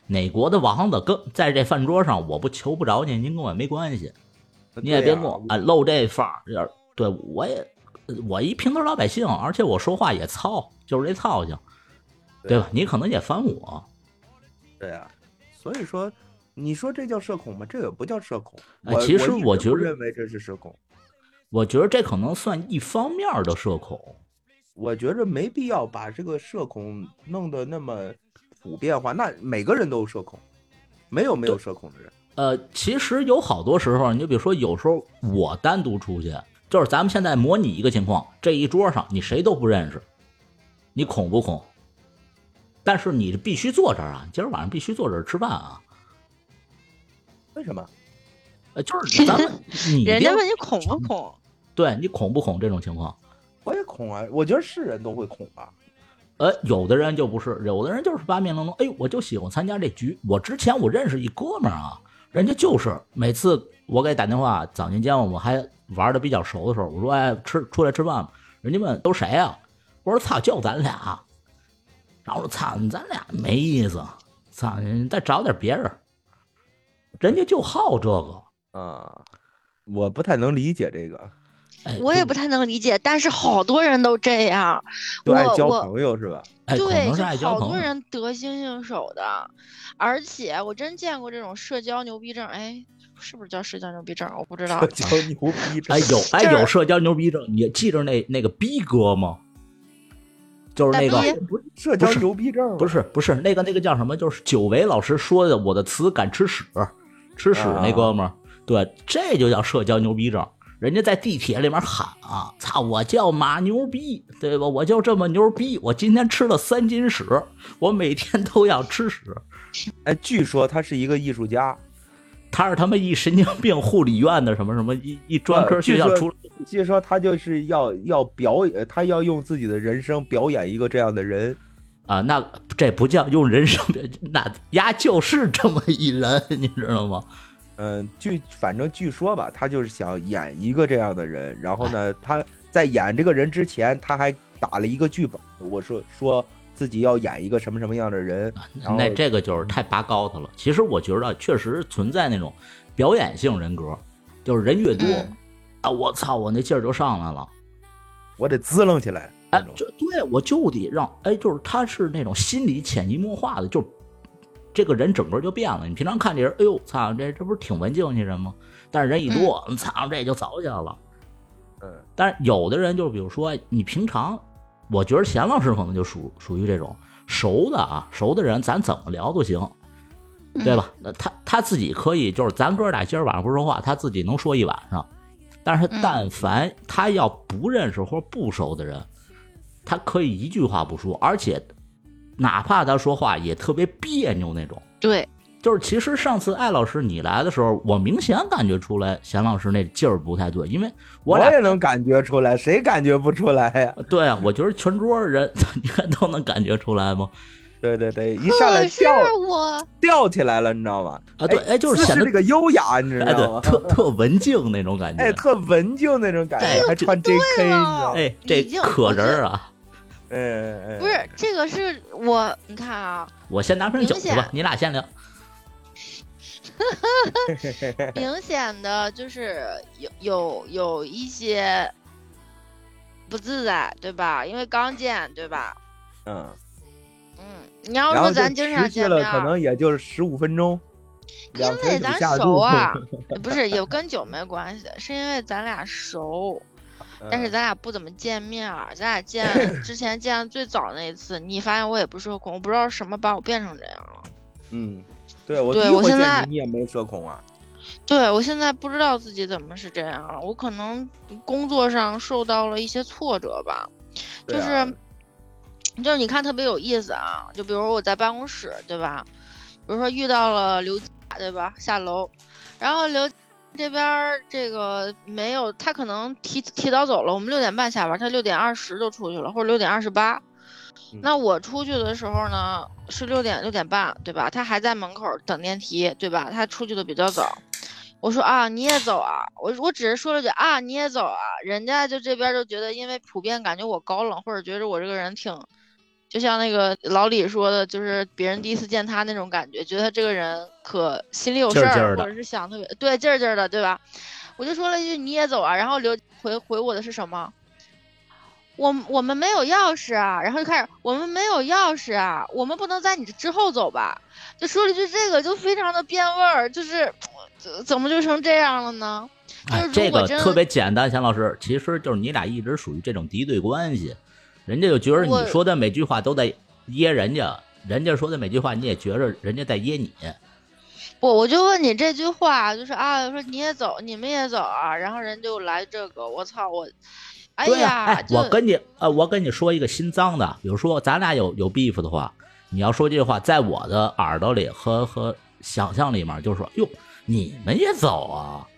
哪国的王子跟在这饭桌上，我不求不着您，您跟我没关系，你也别跟我露这范儿。对，我一平头老百姓，而且我说话也糙，就是这操性，对吧？你可能也烦我。 对啊，所以说，你说这叫社恐吗？这个不叫社恐。 其实我觉得认为这是社恐。 我觉得这可能算一方面的社恐。 我觉着没必要把这个社恐弄得那么普遍化。那每个人都有社恐，没有社恐的人。 其实有好多时候，你就比如说，有时候我单独出去，就是咱们现在模拟一个情况，这一桌上你谁都不认识，你恐不恐？但是你必须坐这儿啊，今儿晚上必须坐这儿吃饭啊。 为什么？ 就是咱们人家问你恐不恐？ 对，你恐不恐这种情况？ 我也恐啊，我觉得是人都会恐吧。 有的人就不是，有的人就是八面玲珑。哎，我就喜欢参加这局。我之前我认识一哥们儿啊，人家就是每次我给打电话早年间我们还玩的比较熟的时候，我说哎出来吃饭吧，人家问都谁啊？我说操，就咱俩。然后我说操，咱俩没意思，操，你再找点别人。人家就好这个啊，我不太能理解这个。 我也不太能理解，但是好多人都这样， 都爱交朋友是吧？ 对，就好多人得心应手的，而且我真见过这种社交牛逼症，哎，是不是叫社交牛逼症？我不知道。 社交牛逼症， 有社交牛逼症，你记着那个逼哥吗？就是那个社交牛逼症， 不是那个叫什么？就是久违老师说的，我的词敢吃屎那哥们儿，对，这就叫社交牛逼症。人家在地铁里面喊啊，操，我叫马牛逼，对吧？我就这么牛逼，我今天吃了3斤屎，我每天都要吃屎。 哎，据说他是一个艺术家， 他是他妈一神经病护理院的什么一专科学校出来。 据说他就是要表演，他要用自己的人生表演一个这样的人啊，那这不叫用人生，那丫就是这么一人，你知道吗？ 反正据说吧，他就是想演一个这样的人，然后呢，他在演这个人之前，他还打了一个剧本，我说自己要演一个什么样的人， 那这个就是太拔高他了。其实我觉得确实存在那种表演性人格，就是人越多啊，我操，我那劲儿就上来了， 我得滋楞起来， 哎，对，我就得让，哎，就是他是那种心里潜移默化的，就这个人整个就变了。你平常看这人，哎呦，操，这不是挺文静的人吗？但是人一多，操，这就糟践了。但是有的人就比如说，你平常，我觉得钱老师可能就属于这种熟的人，咱怎么聊都行，对吧？他自己可以，就是咱哥俩今儿晚上不说话，他自己能说一晚上。但是但凡他要不认识或不熟的人，他可以一句话不说，而且哪怕他说话也特别别扭那种。 对， 就是其实上次艾老师你来的时候，我明显感觉出来贤老师那劲儿不太对，因为我也能感觉出来，谁感觉不出来呀？ 对啊，我觉得全桌人你看都能感觉出来吗？ 对，一上来吊起来了，你知道吗？ 啊，对，哎，就是显得这个优雅，你知道吗？ 特文静那种感觉， 哎，特文静那种感觉，还穿 JK，你知道吗？ 哎，这可人啊！ 不是这个是我，你看啊， 我先拿瓶酒去吧，你俩先聊。 明显的就是有一些不自在，对吧？因为刚见，对吧？你要说咱经常见面， 可能也就是15分钟， 因为咱熟啊，不是也跟酒没关系，是因为咱俩熟。但是咱俩不怎么见面，咱俩之前见最早那一次，你发现我也不社恐，我不知道什么把我变成这样了。 对，我第一回见你也没社恐啊。 对，我现在不知道自己怎么是这样了，我可能工作上受到了一些挫折吧，就是你看特别有意思啊，就比如我在办公室，对吧？比如说遇到了刘佳，对吧？下楼，然后刘这边这个没有，他可能提早走了，我们6点半下班，他6点20就出去了，或者6点28。那我出去的时候呢是6点半，对吧？他还在门口等电梯，对吧？他出去的比较早。我说啊，你也走啊？我只是说了句啊，你也走啊？人家就这边就觉得，因为普遍感觉我高冷，或者觉得我这个人挺就像那个老李说的，就是别人第一次见他那种感觉，觉得他这个人可心里有事儿，或者是想特别对劲儿劲儿的，对吧？我就说了一句你也走啊，然后刘回我的是什么？我们没有钥匙啊，然后就开始我们没有钥匙啊，我们不能在你之后走吧？就说了一句这个，就非常的变味儿，就是怎么就成这样了呢？就是这个特别简单，钱老师，其实就是你俩一直属于这种敌对关系，人家就觉得你说的每句话都在噎人家，人家说的每句话你也觉着人家在噎你。 我就问你这句话，就是啊，说你也走，你们也走啊，然后人就来这个，我操我。哎呀， 我跟你说一个心脏的，比如说咱俩有 beef 的话，你要说这句话，在我的耳朵里和想象里面，就是说，哟，你们也走啊？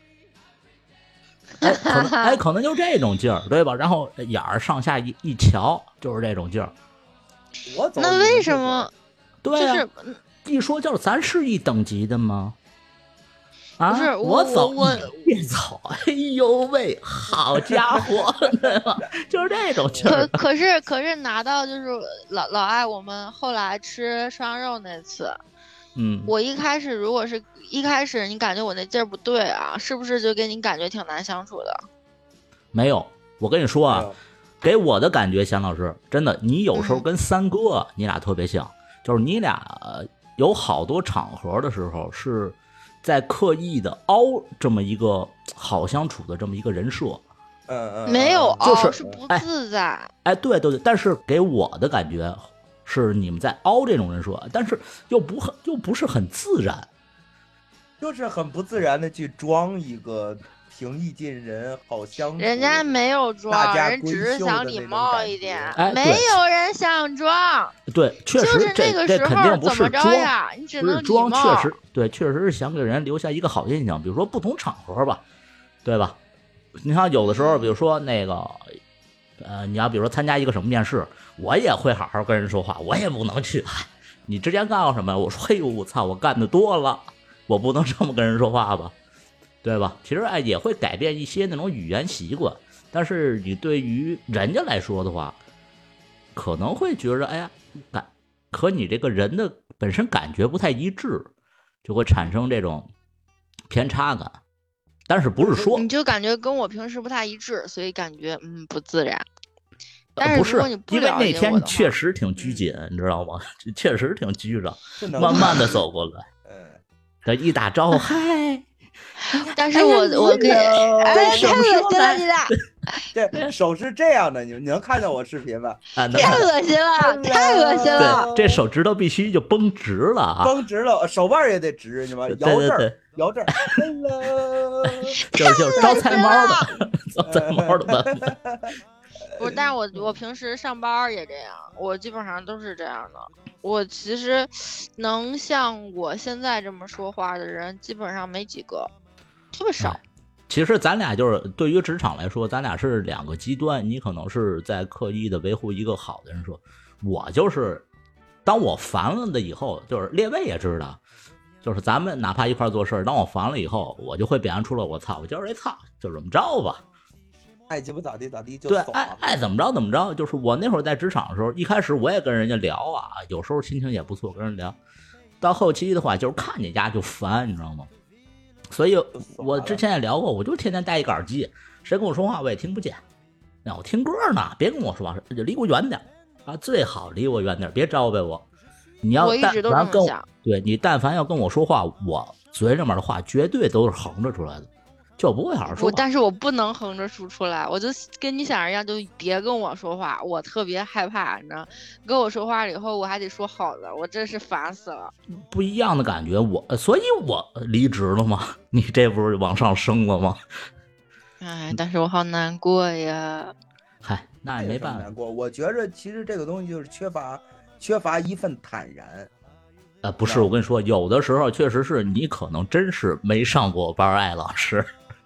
可能就这种劲儿，对吧？然后眼儿上下一瞧，就是这种劲儿。 我走， 那为什么？ 对啊， 就是一说就是咱是一等级的吗？啊， 不是我走，你别走！哎呦喂，好家伙，就是这种劲儿。 可是拿到就是老爱我们后来吃涮肉那次，我一开始如果是一开始你感觉我那劲儿不对啊，是不是就给你感觉挺难相处的？ 没有，我跟你说啊，给我的感觉，钱老师真的，你有时候跟三哥你俩特别像，就是你俩有好多场合的时候是。在刻意的凹这么一个好相处的这么一个人设， 没有凹， 就是不自在。 哎，对，但是给我的感觉是你们在凹这种人设，但是又不是很自然， 就是很不自然的去装一个平易近人、好相处。 人家没有装，人只是想礼貌一点，没有人想装。 对，确实， 就是那个时候怎么着呀？你只能装，确实是想给人留下一个好印象。比如说不同场合吧，对吧？你看有的时候，比如说那个，你要比如说参加一个什么面试，我也会好好跟人说话，我也不能去。你之前干过什么？我说，嘿呦，我操，我干的多了，我不能这么跟人说话吧？对吧？其实也会改变一些那种语言习惯，但是你对于人家来说的话，可能会觉得，哎呀，和你这个人的本身感觉不太一致，就会产生这种偏差感。但是不是说你就感觉跟我平时不太一致，所以感觉不自然。但是如果你不因为那天确实挺拘谨，你知道吗？确实挺拘着，慢慢的走过来，这一打招呼，嗨。 但是我给太恶心了，你俩。 这手是这样的，你能看到我视频吧？ 太恶心了，太恶心了！ 这手指头必须就绷直了啊， 绷直了，手腕也得直，你们摇这儿，摇这儿。 就是招财猫的，招财猫的办法。 不是，但是我平时上班也这样，我基本上都是这样的。我其实能像我现在这么说话的人，基本上没几个，特别少。 其实咱俩就是对于职场来说，咱俩是两个极端。你可能是在刻意的维护一个好的人设，我就是当我烦了的以后，就是列位也知道，就是咱们哪怕一块做事，当我烦了以后，我就会表现出来，我操，我就是这操，就这么着吧。 爱鸡巴咋地咋地就对，爱怎么着怎么着。就是我那会儿在职场的时候，一开始我也跟人家聊啊，有时候心情也不错，跟人聊。到后期的话，就是看见家就烦，你知道吗？所以我之前也聊过，我就天天戴一个耳机，谁跟我说话我也听不见。那我听歌呢，别跟我说话，就离我远点啊，最好离我远点，别招呗我。你要但凡跟我，对你但凡要跟我说话，我嘴里面的话绝对都是横着出来的。就不会好好说话， 但是我不能横着说出来，我就跟你想一样，就别跟我说话，我特别害怕，你知道，跟我说话了以后我还得说好的，我真是烦死了。 不一样的感觉，所以我离职了吗？你这不是往上升了吗？ 哎，但是我好难过呀。 嗨，那也没办法。 难过，我觉着其实这个东西就是缺乏一份坦然。 不是，我跟你说，有的时候确实是你可能真是没上过班，艾老师，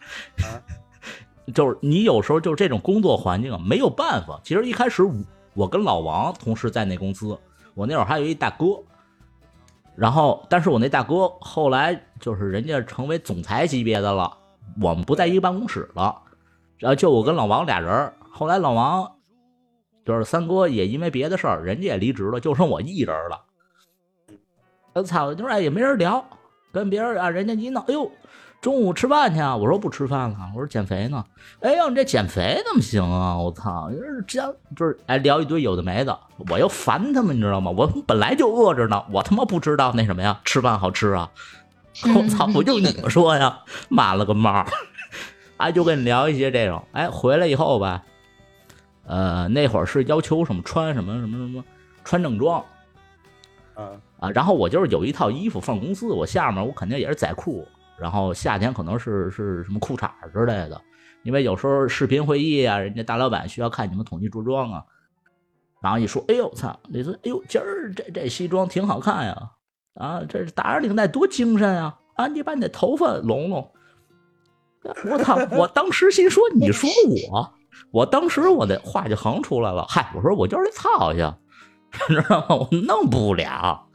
就是你有时候就是这种工作环境没有办法。其实一开始我跟老王同时在那公司，我那会儿还有一大哥，然后但是我那大哥后来就是人家成为总裁级别的了，我们不在一个办公室了，然后就我跟老王俩人。后来老王就是三哥也因为别的事儿，人家也离职了，就剩我一人了。我操，就是也没人聊，跟别人啊，人家一闹，哎呦，中午吃饭去啊？我说不吃饭了，我说减肥呢。哎呦，你这减肥怎么行啊？我操，就是聊一堆有的没的，我又烦他们，你知道吗？我本来就饿着呢，我他妈不知道那什么呀，吃饭好吃啊！我操，不就你们说呀，妈了个猫！就跟你聊一些这种，回来以后吧，那会儿是要求什么穿什么穿正装，然后我就是有一套衣服放公司，我下面我肯定也是仔裤，然后夏天可能是什么裤衩之类的，因为有时候视频会议啊，人家大老板需要看你们统一着装啊，然后一说，哎呦操，你说哎呦今儿这西装挺好看呀，这打着领带多精神啊，你把你的头发拢拢。我操！我当时心说，你说我当时我的话就横出来了。嗨，我说我就是操去，知道吗？我弄不了，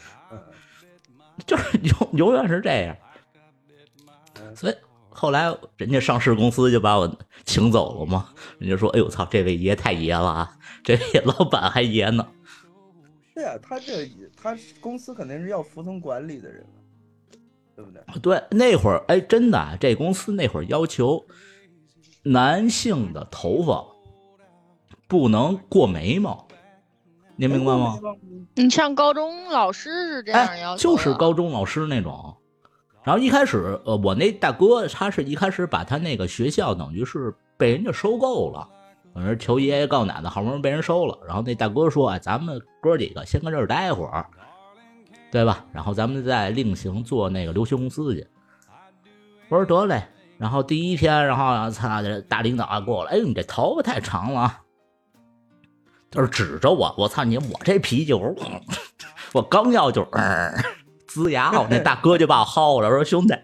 就是永远是这样。所以后来人家上市公司就把我请走了嘛。人家说：“哎呦操，这位爷太爷了啊，这位老板还爷呢。” 对啊，他公司肯定是要服从管理的人。对不对？ 对，那会儿真的，这公司那会儿要求男性的头发不能过眉毛，您明白吗？ 你像高中老师是这样要求的， 就是高中老师那种。然后一开始，我那大哥他是一开始把他那个学校等于是被人家收购了，反正求爷爷告奶奶，好不容易被人收了。然后那大哥说：“咱们哥几个先跟这儿待会儿。”对吧？然后咱们再另行做那个留学公司去。我说得嘞。然后第一天，然后操，大领导过来，你这头发太长了，就是指着我操你，我这脾气，我刚要就呲牙，我那大哥就把我薅了，说兄弟，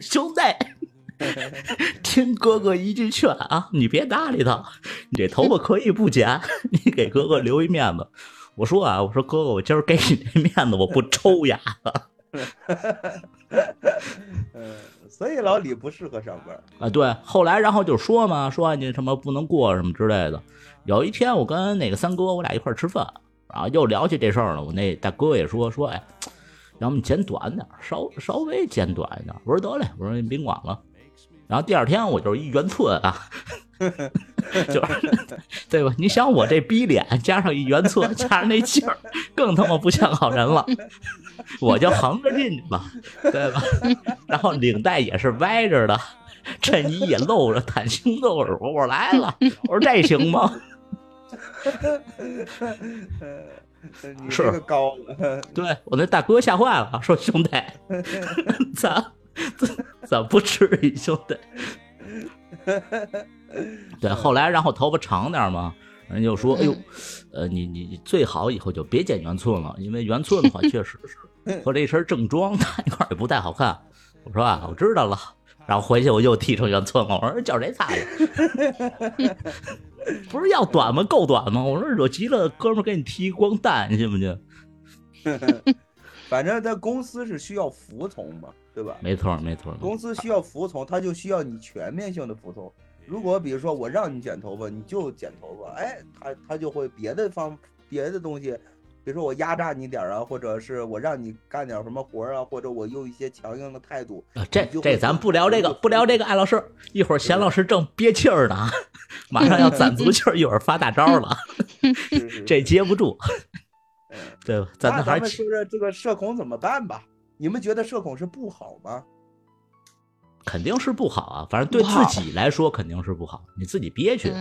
听哥哥一句劝啊，你别搭理他，你这头发可以不剪，你给哥哥留一面子。我说哥哥，我今儿给你这面子，我不抽牙了。 所以老李不适合上班对，后来然后就说嘛，说你什么不能过什么之类的。有一天我跟那个三哥我俩一块吃饭，然后又聊起这事儿了。我那大哥也说，要不你剪短点，稍微剪短一点。我说得嘞，我说你别管了。然后第二天我就是一圆寸啊。就是对吧？你想我这逼脸加上一圆寸，加上那劲儿，更他妈不像好人了。我就横着进去了，对吧？然后领带也是歪着的，衬衣也露着，袒胸露乳。我说来了，我说这行吗？ 你这个高了。 对，我那大哥吓坏了，说兄弟，咋不至于兄弟？对，后来然后头发长点嘛，人就说，哎呦，你最好以后就别剪圆寸了，因为圆寸的话确实是和这身正装在一块也不太好看。我说我知道了，然后回去我又剃成圆寸了。我说叫谁擦呀？不是要短吗？够短吗？我说惹急了，哥们儿给你剃光蛋，信不信？ 反正在公司是需要服从嘛，对吧？ 没错。 公司需要服从，他就需要你全面性的服从。如果比如说我让你剪头发，你就剪头发，他就会别的东西，比如说我压榨你点啊，或者是我让你干点什么活啊，或者我用一些强硬的态度。 这咱不聊这个，艾老师，一会儿钱老师正憋气儿呢，马上要攒足气儿，一会儿发大招了，这接不住。对吧？咱们说说这个社恐怎么办吧？你们觉得社恐是不好吗？ 肯定是不好啊，反正对自己来说肯定是不好，你自己憋屈。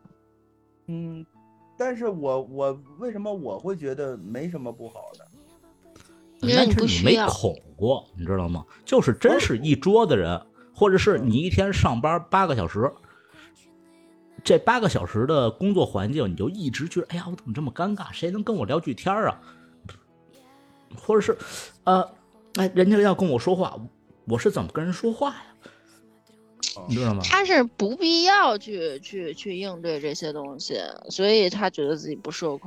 但是我为什么我会觉得没什么不好的？ 因为你没恐过，你知道吗？就是真是一桌子人，或者是你一天上班8个小时，这8个小时的工作环境，你就一直觉得，哎呀，我怎么这么尴尬？谁能跟我聊句天啊？或者是，人家要跟我说话，我是怎么跟人说话呀？你知道吗？ 他是不必要去应对这些东西，所以他觉得自己不社恐。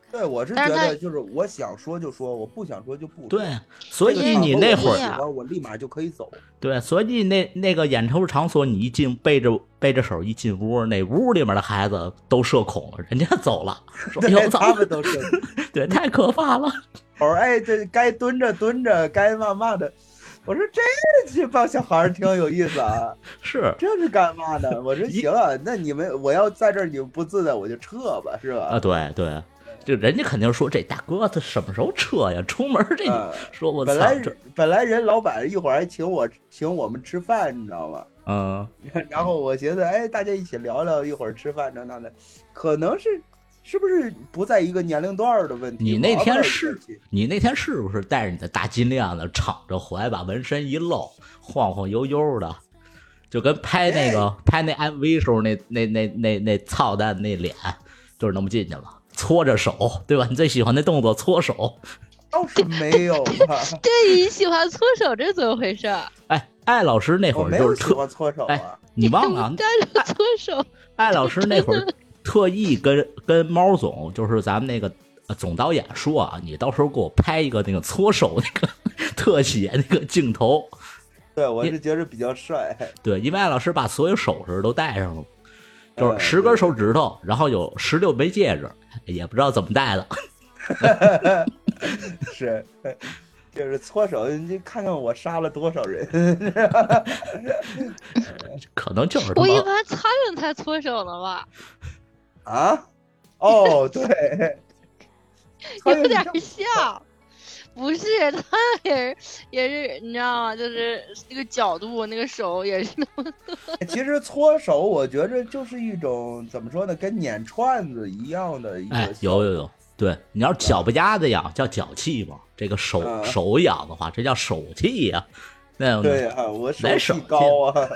对，我是觉得就是我想说就说，我不想说就不说。 对，所以你那会儿我立马就可以走。 对，所以那个演出场所，你一进背着手一进屋，那屋里面的孩子都社恐了，人家走了，说他们都社恐， 对，太可怕了。 哎，这该蹲着，该慢慢的。我说这帮小孩挺有意思啊， 是， 这是干嘛呢？我说行啊，那你们我要在这儿你们不自在，我就撤吧，是吧？ 啊，对对。就人家肯定说这大哥他什么时候撤呀？出门这说我本来人老板一会儿还请我们吃饭，你知道吗？ 嗯， 然后我觉得哎，大家一起聊聊，一会儿吃饭那的，可能是不是不在一个年龄段的问题？ 你那天是不是带着你的大金链子，敞着怀，把纹身一露，晃晃悠悠的，就跟拍那 MV 时候那操蛋那脸，就是那么进去了。搓着手，对吧？你最喜欢那动作搓手， 倒是没有吧？ 对，你喜欢搓手，这怎么回事？ 哎，艾老师那会儿就是喜欢搓手啊！ 哎，你忘了？ 搓手。 艾老师那会儿特意跟猫总，就是咱们那个总导演说啊，你到时候给我拍一个那个搓手那个特写那个镜头。 对，我是觉得比较帅。 对，因为艾老师把所有首饰都戴上了。就是10根手指头，然后有16枚戒指，也不知道怎么戴的。 是，就是搓手，你看看我杀了多少人。 可能就是我一般苍蝇才搓手呢吧？ 啊？哦，对， 有点像。不是，他也是，你知道吗？就是那个角度，那个手也是那么。 其实搓手，我觉着就是一种怎么说呢，跟捻串子一样的一个。 哎，有，对，你要脚不丫子痒叫脚气嘛，这个手痒的话，这叫手气呀。那对啊，我手气高啊。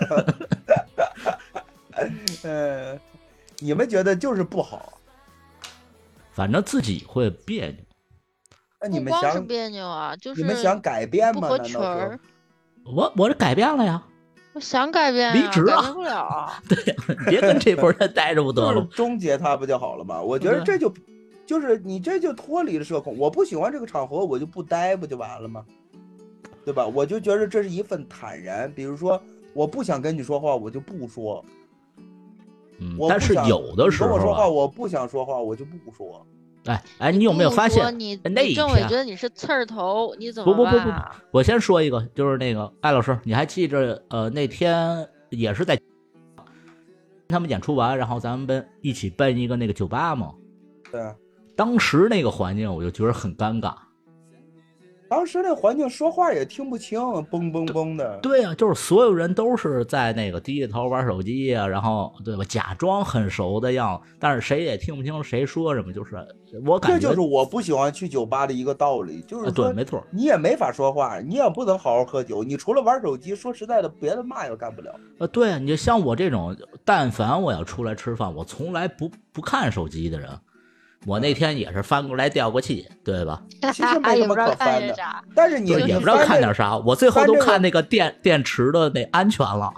你们觉得就是不好？ 反正自己会别扭。 那你们不光是别扭啊，就是你们想改变吗？ 不合群儿。 我这改变了呀， 我想改变， 离职改变不了啊。 对呀，别跟这波人待着不得了， 终结他不就好了吗？我觉得这就是你这就脱离了社恐。我不喜欢这个场合，我就不待，不就完了吗？对吧？我就觉得这是一份坦然。比如说，我不想跟你说话，我就不说。 但是有的时候跟我说话，我不想说话，我就不说。 哎，你有没有发现你那一政委觉得你是刺儿头，你怎么办？不，我先说一个，就是那个艾老师，你还记着那天也是在他们演出完，然后咱们一起奔一个那个酒吧吗？ 对啊。 当时那个环境我就觉得很尴尬。 当时那环境说话也听不清，嘣嘣嘣的。 对啊，就是所有人都是在那个低着头玩手机啊，然后对吧，假装很熟的样子，但是谁也听不清谁说什么。就是我感觉这就是我不喜欢去酒吧的一个道理，就是说对，没错， 你也没法说话，你也不能好好喝酒，你除了玩手机，说实在的，别的嘛也干不了。 对啊，你就像我这种，但凡我要出来吃饭，我从来不看手机的人。我那天也是翻过来调过气，对吧？ 其实没什么可翻的，但是你也不知道看点啥，我最后都看那个电池的那安全了，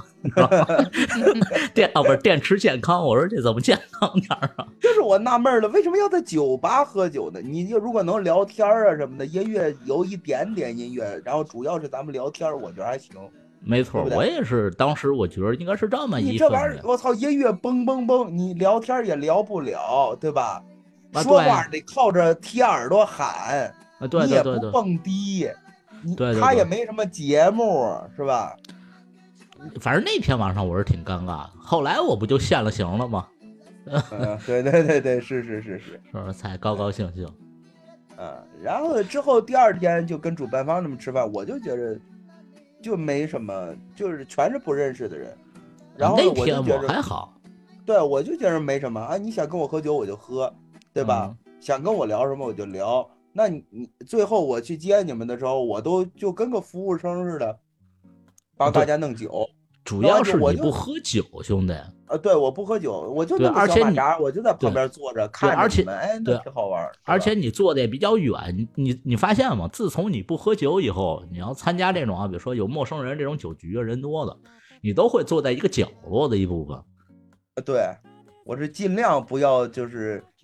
不是电池健康，我说这怎么健康点啊？ 就是我纳闷了，为什么要在酒吧喝酒呢？你如果能聊天啊什么的，音乐有一点点音乐，然后主要是咱们聊天，我觉得还行。 没错，我也是，当时我觉得应该是这么一。 你这玩意儿，我操，音乐嘣嘣嘣，你聊天也聊不了，对吧？说话得靠着贴耳朵喊， 你也不蹦迪，他也没什么节目，是吧？ 反正那天晚上我是挺尴尬的，后来我不就现了形了吗？ 对，是， 才高高兴兴。 然后之后第二天就跟主办方他们吃饭，我就觉得就没什么，就是全是不认识的人。然后那天我还好， 对，我就觉得没什么啊，你想跟我喝酒我就喝。对吧？想跟我聊什么我就聊。那你最后我去接你们的时候，我都就跟个服务生似的，帮大家弄酒。 主要是你不喝酒，兄弟。 对，我不喝酒，我就弄个小马扎，我就在旁边坐着看着你们，哎，那挺好玩。 而且你坐的也比较远，你发现吗？自从你不喝酒以后，你要参加这种啊，比如说有陌生人这种酒局，人多的，你都会坐在一个角落的一部分。 对，我是尽量不要就是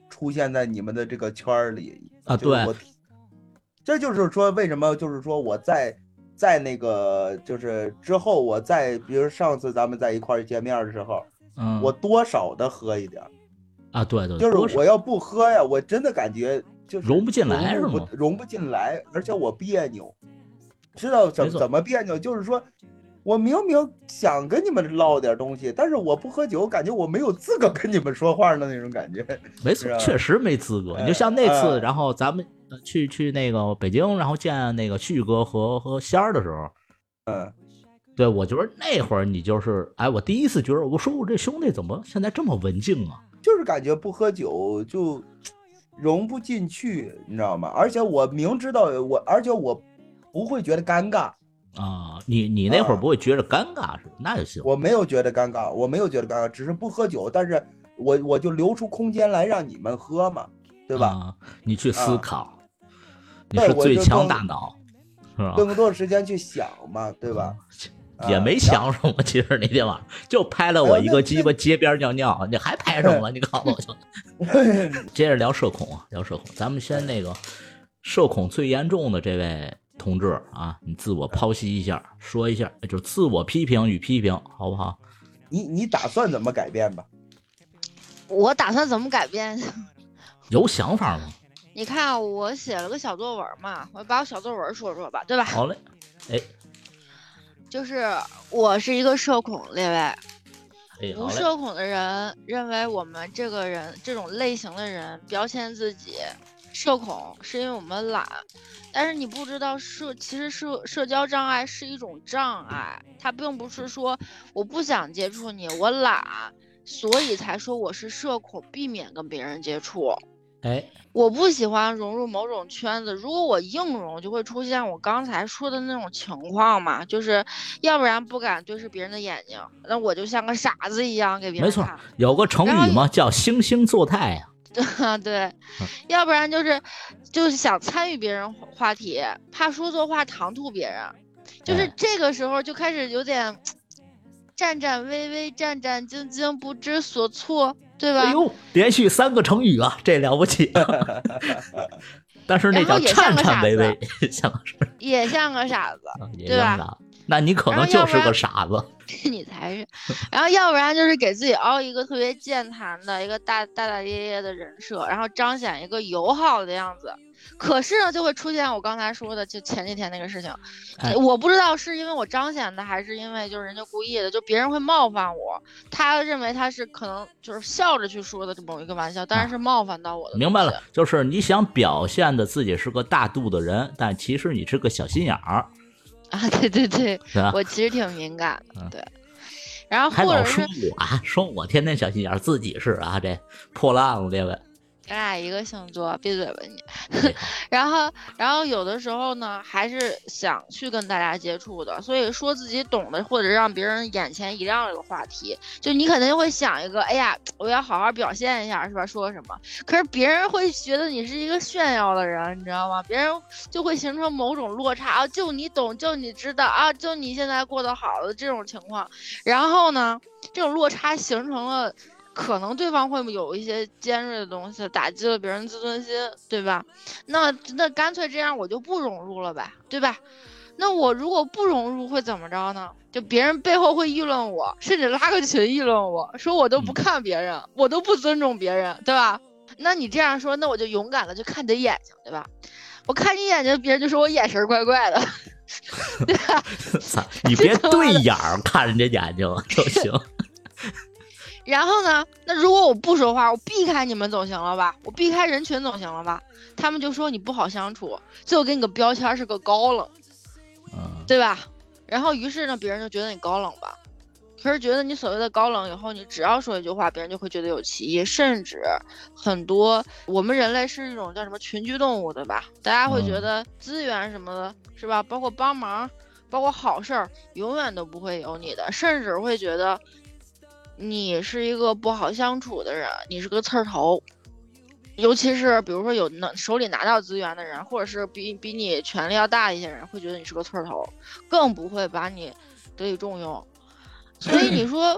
出现在你们的这个圈儿里啊。对， 这就是说为什么就是说我在那个就是之后我比如上次咱们在一块儿见面的时候，我多少的喝一点啊。对对， 就是我要不喝呀，我真的感觉就是融不进来是吗？ 融不进来，而且我别扭，知道怎么别扭？就是说我明明想跟你们唠点东西，但是我不喝酒，感觉我没有资格跟你们说话的那种感觉。 没错，确实没资格。你就像那次，然后咱们去那个北京，然后见那个旭哥和仙儿的时候，对，我觉得那会儿你就是，哎，我第一次觉得，我说我这兄弟怎么现在这么文静啊？ 就是感觉不喝酒就融不进去，你知道吗？而且我明知道而且我不会觉得尴尬。 啊，你那会儿不会觉得尴尬是吧？那就行。 我没有觉得尴尬，我没有觉得尴尬，只是不喝酒，但是我就留出空间来让你们喝嘛，对吧？ 啊，你去思考，你是最强大脑，是吧？ 更多时间去想嘛，对吧？ 也没想什么，其实那天晚上就拍了我一个鸡巴街边尿尿，你还拍什么了？你告诉我。接着聊社恐啊，聊社恐，咱们先那个社恐最严重的这位同志啊，你自我剖析一下，说一下，就是自我批评与批评，好不好？ 你打算怎么改变吧？ 我打算怎么改变？ 有想法吗？ 你看我写了个小作文嘛，我把我小作文说说吧，对吧？ 好嘞，哎， 就是我是一个社恐，列位。 不社恐的人认为我们这种类型的人标签自己社恐是因为我们懒，但是你不知道其实社交障碍是一种障碍，它并不是说我不想接触你，我懒，所以才说我是社恐，避免跟别人接触。 哎， 我不喜欢融入某种圈子，如果我硬融，就会出现我刚才说的那种情况嘛，就是要不然不敢对视别人的眼睛，那我就像个傻子一样给别人看。 没错，有个成语嘛，叫惺惺作态呀。 对，要不然就是想参与别人话题，怕说错话唐突别人，就是这个时候就开始有点战战巍巍、战战兢兢、不知所措。对吧？ 哎呦，连续3个成语啊，这了不起。但是那叫颤颤巍巍， 也像个傻子，对吧？ 那你可能就是个傻子。 你才是。然后要不然就是给自己凹一个特别健谈的一个大大咧咧的人设，然后彰显一个友好的样子。可是呢，就会出现我刚才说的，就前几天那个事情，我不知道是因为我彰显的，还是因为就是人家故意的，就别人会冒犯我，他认为他是可能就是笑着去说的某一个玩笑，但是冒犯到我的。 明白了，就是你想表现的自己是个大度的人，但其实你是个小心眼儿。 啊，对，我其实挺敏感的，对。然后还老或者是说我天天小心眼儿，自己是啊，这破烂了，这位。 咱俩一个星座，闭嘴吧你。然后有的时候呢，还是想去跟大家接触的，所以说自己懂的或者让别人眼前一亮这个话题，就你肯定会想一个，哎呀，我要好好表现一下，是吧？说什么？可是别人会觉得你是一个炫耀的人，你知道吗？别人就会形成某种落差啊，就你懂，就你知道啊，就你现在过得好的这种情况，然后呢，这种落差形成了。可能对方会有一些尖锐的东西打击了别人自尊心，对吧？那干脆这样我就不融入了呗，对吧？那我如果不融入会怎么着呢？就别人背后会议论我，甚至拉个群议论我，说我都不看别人，我都不尊重别人，对吧？那你这样说，那我就勇敢的去看你的眼睛，对吧？我看你眼睛，别人就说我眼神怪怪的，对吧？ 你别对眼看人家眼睛就行。 然后呢？那如果我不说话，我避开你们总行了吧？我避开人群总行了吧？他们就说你不好相处，最后给你个标签是个高冷，对吧？然后于是呢，别人就觉得你高冷吧。可是觉得你所谓的高冷以后，你只要说一句话，别人就会觉得有歧义，甚至很多我们人类是一种叫什么群居动物，对吧？大家会觉得资源什么的，是吧？包括帮忙，包括好事儿，永远都不会有你的，甚至会觉得。你是一个不好相处的人，你是个刺儿头，尤其是比如说手里拿到资源的人，或者是比你权力要大一些人，会觉得你是个刺儿头，更不会把你得以重用。所以你说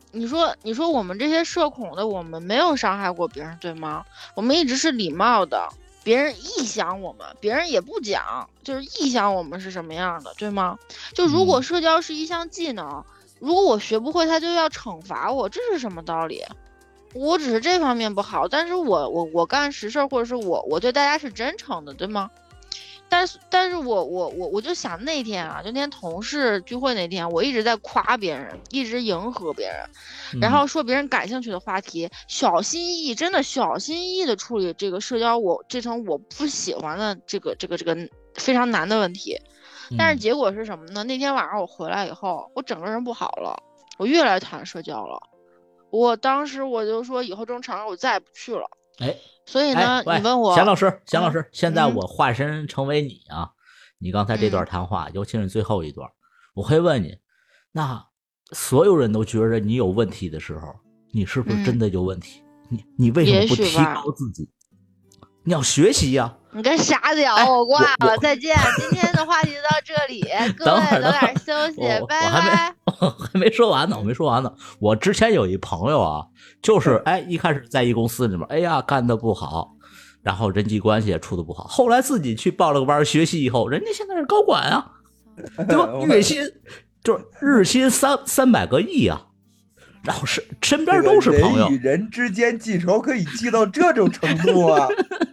你说我们这些社恐的，我们没有伤害过别人，对吗？我们一直是礼貌的，别人臆想我们，别人也不讲，就是臆想我们是什么样的，对吗？就如果社交是一项技能，如果我学不会，他就要惩罚我，这是什么道理？我只是这方面不好，但是我干实事，或者是我对大家是真诚的，对吗？但是我就想那天啊，就那天同事聚会那天，我一直在夸别人，一直迎合别人，然后说别人感兴趣的话题，小心翼翼，真的小心翼翼的处理这个社交这层我不喜欢的这个非常难的问题。但是结果是什么呢？那天晚上我回来以后，我整个人不好了，我越来越讨厌社交了。我当时我就说，以后这种场合我再也不去了。所以呢，你问我钱老师，现在我化身成为你啊，你刚才这段谈话，尤其是最后一段，我会问你，那所有人都觉得你有问题的时候，你是不是真的有问题？你为什么不提高自己？你要学习呀！ 你跟傻屌，我挂了，再见。今天的话题就到这里，各位早点休息，拜拜。 我还没说完呢，我之前有一朋友啊，就是一开始在一公司里面，哎呀干得不好，然后人际关系也处得不好，后来自己去报了个班学习以后，人家现在是高管啊，对吧？月薪就是日薪300个亿啊。然后身边都是朋友， 人与人之间记仇可以记到这种程度啊！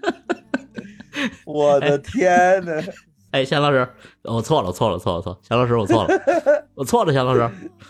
我的天哪！ 钱老师，我错了，钱老师，我错了，钱老师，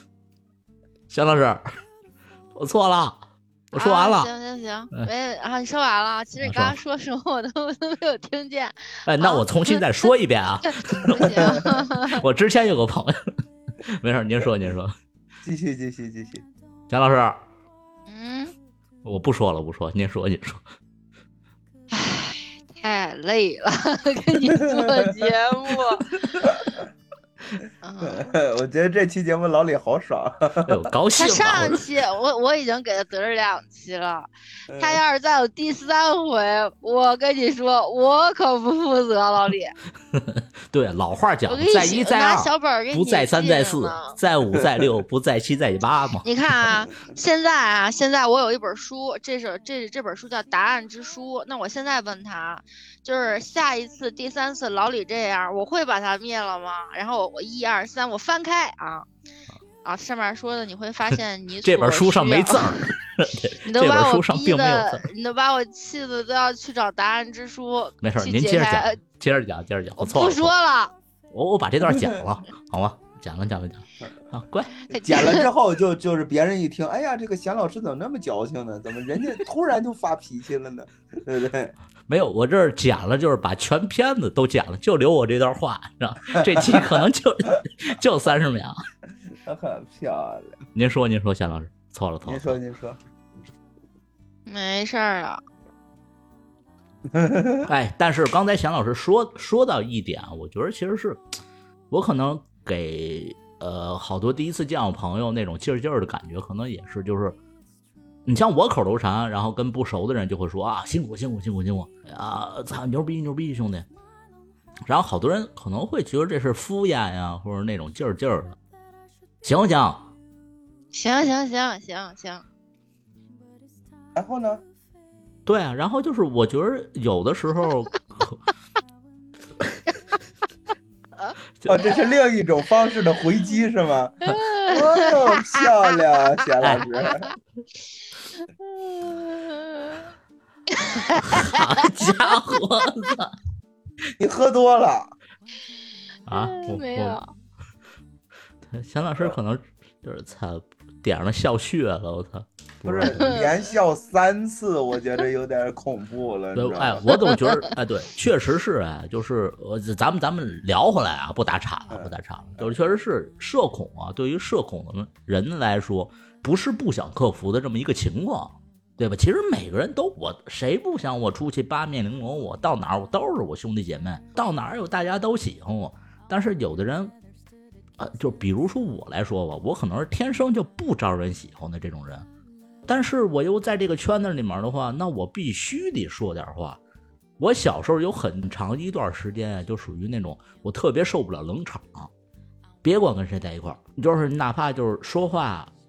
我错了，我说完了。 行，你说完了。其实你刚刚说什么我都没有听见。 那我重新再说一遍啊！ 不行， 我之前有个朋友，没事，您说， 继续。 钱老师，我不说了，您说。 唉，太累了，跟你做节目。 我觉得这期节目老李好爽， 高兴。 他上期我已经给他得了2期了，他要是再有第3回，我跟你说，我可不负责，老李。 对，老话讲，再1再2，不再3再4，再5再6，不再7再8嘛。 你看啊，现在我有一本书，这本书叫《答案之书》。那我现在问他，就是下一次第3次老李这样，我会把他灭了吗？然后我1、2、3，我翻开啊，上面说的你会发现你这本书上没字儿， 你都把我逼的， 你都把我气的都要去找答案之书。 没事，您接着讲，我错了， 不说了， 我把这段剪了，好吗？讲了啊，乖。 剪了之后就是别人一听，哎呀，这个贤老师怎么那么矫情呢？怎么人家突然就发脾气了呢？对不对？ 没有，我这儿剪了，就是把全片子都剪了，就留我这段话，是吧？这期可能就30秒。 很漂亮。 您说，贤老师，错了。 您说。 没事啊。 但是刚才贤老师说到一点，我觉得其实是我可能给好多第一次见我朋友那种劲儿的感觉，可能也是就是你像我口头禅，然后跟不熟的人就会说啊辛苦啊，操牛逼兄弟，然后好多人可能会觉得这是敷衍呀，或者那种劲儿的，行不行？ 行。 然后呢？ 对啊，然后就是我觉得有的时候这是另一种方式的回击是吗？哦，漂亮，贤老师。 好家伙子， 你喝多了啊？ 没有。 贤老师可能就是点上笑穴了，我操！ 不是连笑3次，我觉得有点恐怖了。 我总觉得，对，确实是，就是咱们聊回来啊，不打岔了，就是确实是社恐啊，对于社恐的人来说，不是不想克服的这么一个情况，对吧？其实每个人都，谁不想我出去八面玲珑，我到哪儿我都是我兄弟姐妹，到哪儿有大家都喜欢我。但是有的人，就比如说我来说吧，我可能是天生就不招人喜欢的这种人。但是我又在这个圈子里面的话，那我必须得说点话。我小时候有很长一段时间就属于那种我特别受不了冷场，别管跟谁在一块儿，就是哪怕就是说话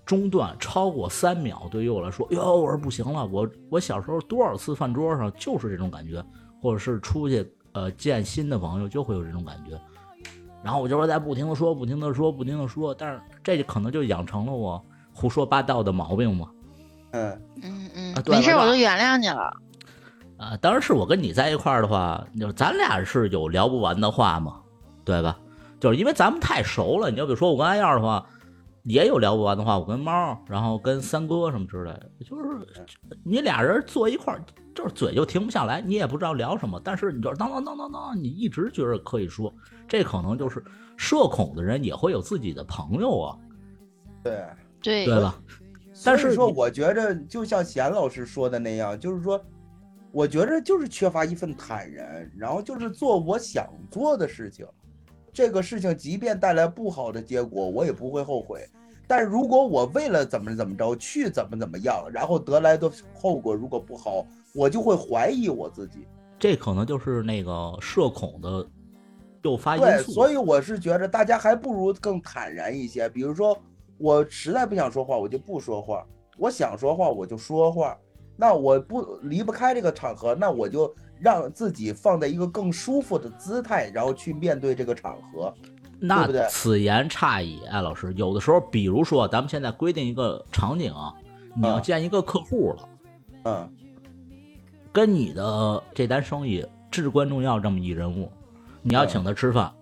中断超过3秒，对于我来说，哟，我说不行了，我小时候多少次饭桌上就是这种感觉，或者是出去见新的朋友就会有这种感觉，然后我就说在不停的说，但是这可能就养成了我胡说八道的毛病嘛。 没事，我就原谅你了。 当然是我跟你在一块儿的话，就咱俩是有聊不完的话嘛，对吧？就是因为咱们太熟了。你就比如说我跟阿燕的话，也有聊不完的话，我跟猫，然后跟三哥什么之类的，就是你俩人坐一块儿，就是嘴就停不下来，你也不知道聊什么，但是你就当，你一直觉得可以说，这可能就是社恐的人也会有自己的朋友啊， 对吧？但是说，我觉着就像贤老师说的那样，就是说，我觉着就是缺乏一份坦然，然后就是做我想做的事情。这个事情即便带来不好的结果，我也不会后悔。但如果我为了怎么着去怎么样，然后得来的后果如果不好，我就会怀疑我自己。 这可能就是那个社恐的诱发因素。 对，所以我是觉得大家还不如更坦然一些。比如说，我实在不想说话，我就不说话；我想说话，我就说话。那我离不开这个场合，那我就让自己放在一个更舒服的姿态，然后去面对这个场合， 那对不对？ 此言差矣，艾老师。有的时候，比如说咱们现在规定一个场景啊，你要见一个客户了，跟你的这单生意至关重要这么一人物，你要请他吃饭，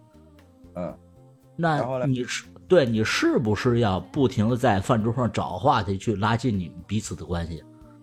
那你是不是要不停的在饭桌上找话题去拉近你们彼此的关系？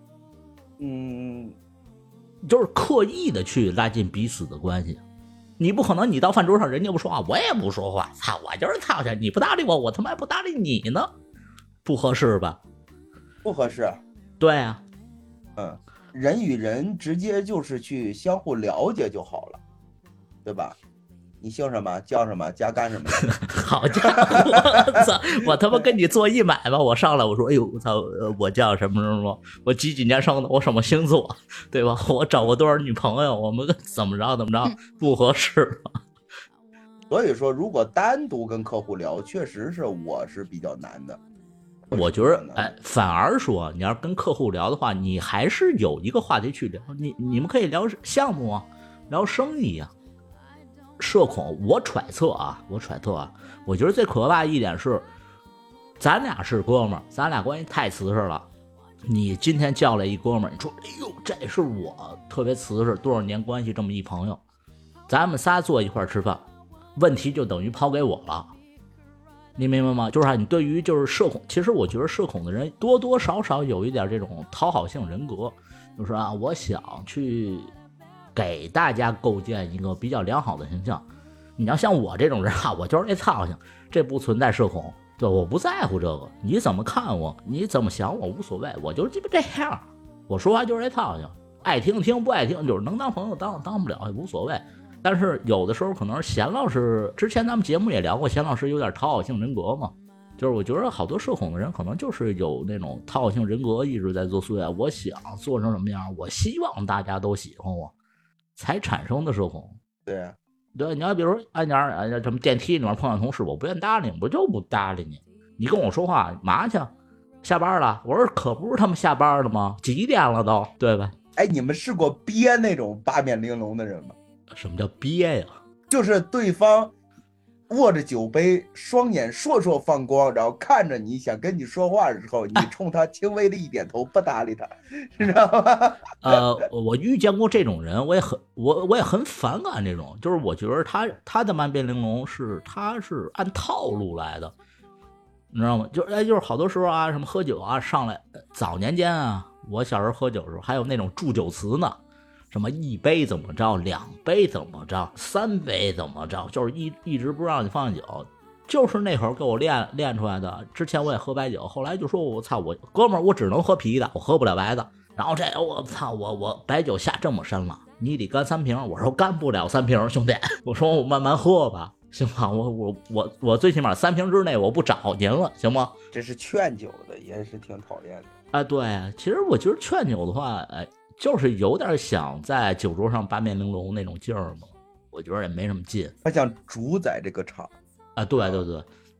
就是刻意的去拉近彼此的关系。你不可能你到饭桌上人家不说话，我也不说话，操，我就是操去，你不搭理我，我他妈还不搭理你呢，不合适吧？ 不合适。 对啊， 人与人直接就是去相互了解就好了，对吧？你姓什么？叫什么？家干什么？ 好家伙，我操！我他妈跟你做一买卖，我上来我说，哎呦，我操，我叫什么什么，我几年生的，我什么星座，对吧？我找过多少女朋友，我们怎么着，不合适。 所以说，如果单独跟客户聊，确实是我是比较难的。 我觉得，反而说，你要跟客户聊的话，你还是有一个话题去聊，你们可以聊项目啊，聊生意啊。社恐，我揣测啊，我觉得最可怕一点是，咱俩是哥们儿，咱俩关系太瓷实了。你今天叫来一哥们儿，你说，哎呦，这是我特别瓷实多少年关系这么一朋友，咱们仨坐一块儿吃饭，问题就等于抛给我了。你明白吗？就是你对于就是社恐，其实我觉得社恐的人多多少少有一点这种讨好性人格，就是啊，我想去给大家构建一个比较良好的形象。你要像我这种人啊，我就是那操性，这不存在社恐，对，我不在乎这个，你怎么看我，你怎么想我无所谓，我就鸡巴这样，我说话就是这操性，爱听听，不爱听就是能当朋友当不了也无所谓。但是有的时候可能贤老师之前咱们节目也聊过，贤老师有点讨好性人格嘛，就是我觉得好多社恐的人可能就是有那种讨好性人格一直在作祟啊，我想做成什么样，我希望大家都喜欢我，才产生的社恐。对，你要比如说按点什么电梯里面碰见同事，我不愿搭理你，我就不搭理你，你跟我说话嘛去？下班了？我说可不是他们下班了吗？几点了都，对吧？ 哎，你们试过憋那种八面玲珑的人吗？ 什么叫憋呀？就是对方握着酒杯，双眼烁烁放光，然后看着你想跟你说话的时候，你冲他轻微的一点头，不搭理他，知道吗？ 我遇见过这种人，我也很反感这种，就是我觉得他的八面玲珑他是按套路来的，你知道吗？就是好多时候啊，什么喝酒啊，上来早年间啊，我小时候喝酒的时候，还有那种祝酒词呢。什么1杯怎么着，2杯怎么着，3杯怎么着，就是一直不让你放酒，就是那会儿给我练出来的。之前我也喝白酒，后来就说我操，我哥们儿我只能喝啤的，我喝不了白的。然后我操，我白酒下这么深了，你得干3瓶，我说干不了3瓶，兄弟，我说我慢慢喝吧，行吧，我最起码3瓶之内我不找您了，行吗？ 这是劝酒的，也是挺讨厌的啊。对，其实我觉得劝酒的话，就是有点想在酒桌上八面玲珑那种劲儿嘛，我觉得也没什么劲。 他想主宰这个场啊，对对对，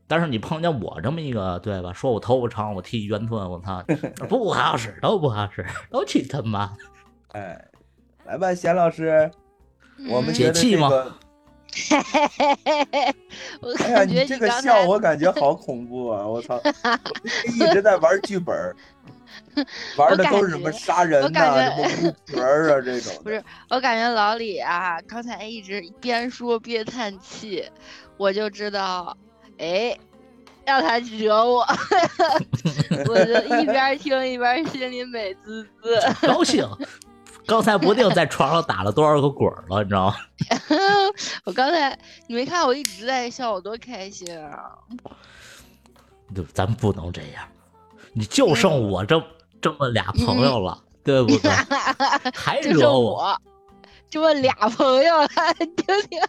但是你碰见我这么一个，对吧？说我头发长，我剃圆寸，我操，不好使，都不好使，都去他妈！ 哎，来吧，贤老师，我们觉得解气吗？ 哎呀，你这个笑我感觉好恐怖啊！我操，一直在玩剧本，玩的都是什么杀人呐、什么巫婆啊这种。 不是，我感觉老李啊，刚才一直边说边叹气，我就知道，哎，让他惹我，我就一边听一边心里美滋滋， 高兴。刚才不定在床上打了多少个滚了，你知道吗？ 我刚才你没看我一直在笑，我多开心啊！ 就咱不能这样，你就剩我这么俩朋友了，对不对？还惹我， 这么俩朋友了，听听，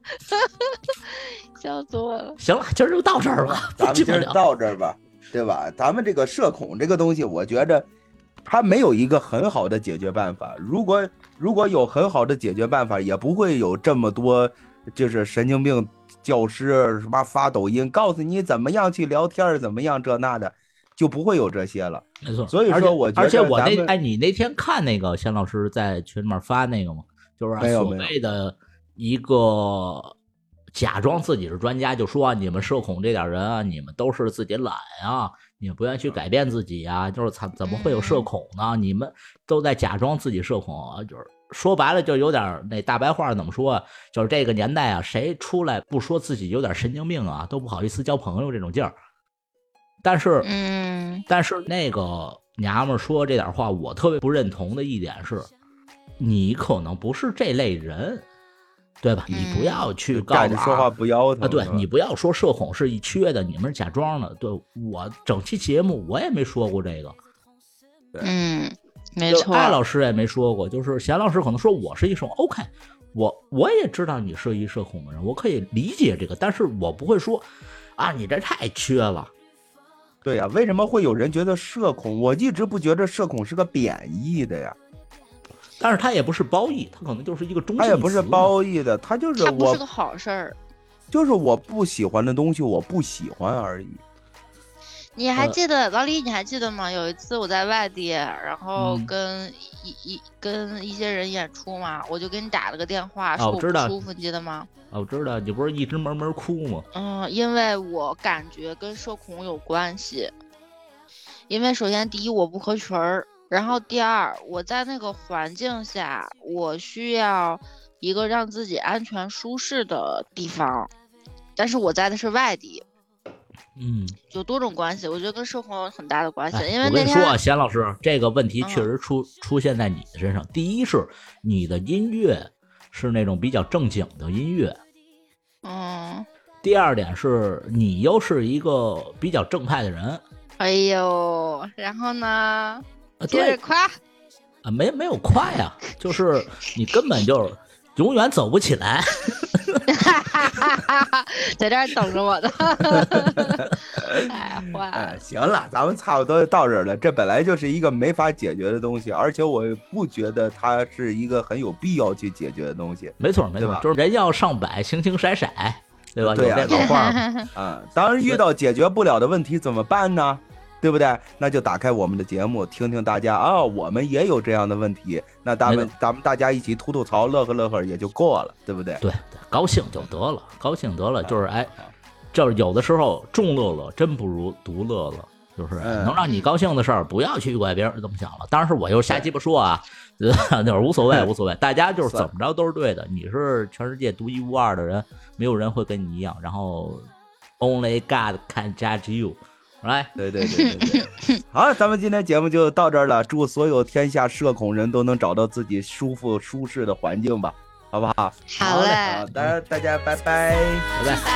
笑死我了。 行了，今儿就到这儿吧， 咱们今儿到这儿吧，对吧？咱们这个社恐这个东西，我觉着。他没有一个很好的解决办法。如果有很好的解决办法，也不会有这么多就是神经病教师什么发抖音告诉你怎么样去聊天，怎么样这那的，就不会有这些了。 没错， 所以说我觉得而且我你那天看那个贤老师在群里面发那个吗？就是所谓的一个假装自己是专家，就说你们社恐这点人啊，你们都是自己懒啊。你不愿意去改变自己啊，就是怎么会有社恐呢？你们都在假装自己社恐啊，就是说白了就有点那大白话怎么说啊？就是这个年代啊，谁出来不说自己有点神经病啊，都不好意思交朋友这种劲儿。但是那个娘们说这点话，我特别不认同的一点是，你可能不是这类人。对吧？你不要去站着说话不腰疼啊！对，你不要说社恐是一缺的，你们是假装的。对，我整期节目我也没说过这个。 没错。 艾老师也没说过，就是贤老师可能说我是一社恐 ，OK， 我也知道你是一社恐的人，我可以理解这个，但是我不会说啊，你这太缺了。 对呀，为什么会有人觉得社恐？我一直不觉得社恐是个贬义的呀。 但是他也不是褒义，他可能就是一个中性词。 他也不是褒义的，他就是他不是个好事儿， 就是我不喜欢的东西，我不喜欢而已。 你还记得老李？你还记得吗？有一次我在外地，然后跟一些人演出嘛，我就给你打了个电话，说我不舒服，你记得吗？ 我知道，你不是一直闷闷哭吗？ 因为我感觉跟社恐有关系。因为首先第一我不合群儿。然后第二，我在那个环境下，我需要一个让自己安全舒适的地方，但是我在的是外地，有多种关系，我觉得跟社恐有很大的关系。因为我跟你说，贤老师，这个问题确实出现在你的身上。第一是你的音乐是那种比较正经的音乐，第二点是你又是一个比较正派的人。 哎呦，然后呢？接着夸啊，没有夸呀，就是你根本就永远走不起来， 在这儿等着我的。太坏了。 行了，咱们差不多到这儿了。这本来就是一个没法解决的东西，而且我不觉得它是一个很有必要去解决的东西。 没错，就是人要上百，形形色色，对吧？ 对呀，有这老话啊。当然，遇到解决不了的问题怎么办呢？对不对？那就打开我们的节目，听听大家啊，我们也有这样的问题，那咱们大家一起吐吐槽，乐呵也就过了，对不对？ 对，高兴就得了，高兴得了，就是就是有的时候众乐乐真不如独乐乐，就是能让你高兴的事儿，不要去怪别人这么想了。当然是我又瞎鸡巴说啊，就是无所谓，大家就是怎么着都是对的。你是全世界独一无二的人，没有人会跟你一样，然后 Only God can judge you。来， 对，好，咱们今天节目就到这儿了。祝所有天下社恐人都能找到自己舒服舒适的环境吧，好不好？ 好嘞， 好的，大家拜拜， 拜拜。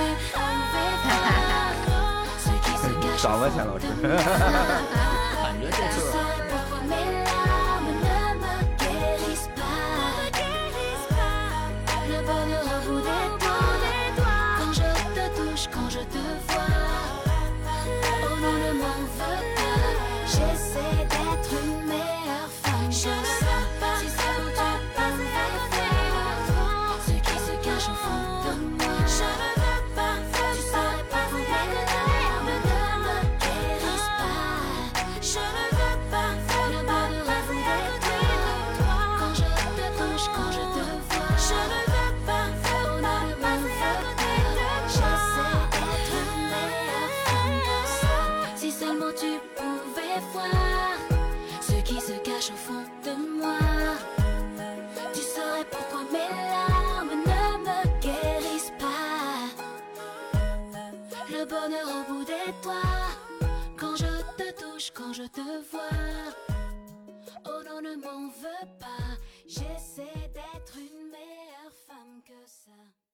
爽吧，钱老师。 感觉这是。 qui se cache au fond de moi. Tu saurais pourquoi mes larmes ne me guérissent pas. Le bonheur au bout des doigts, quand je te touche, quand je te vois. Oh non, ne m'en veux pas, j'essaie d'être une meilleure femme que ça.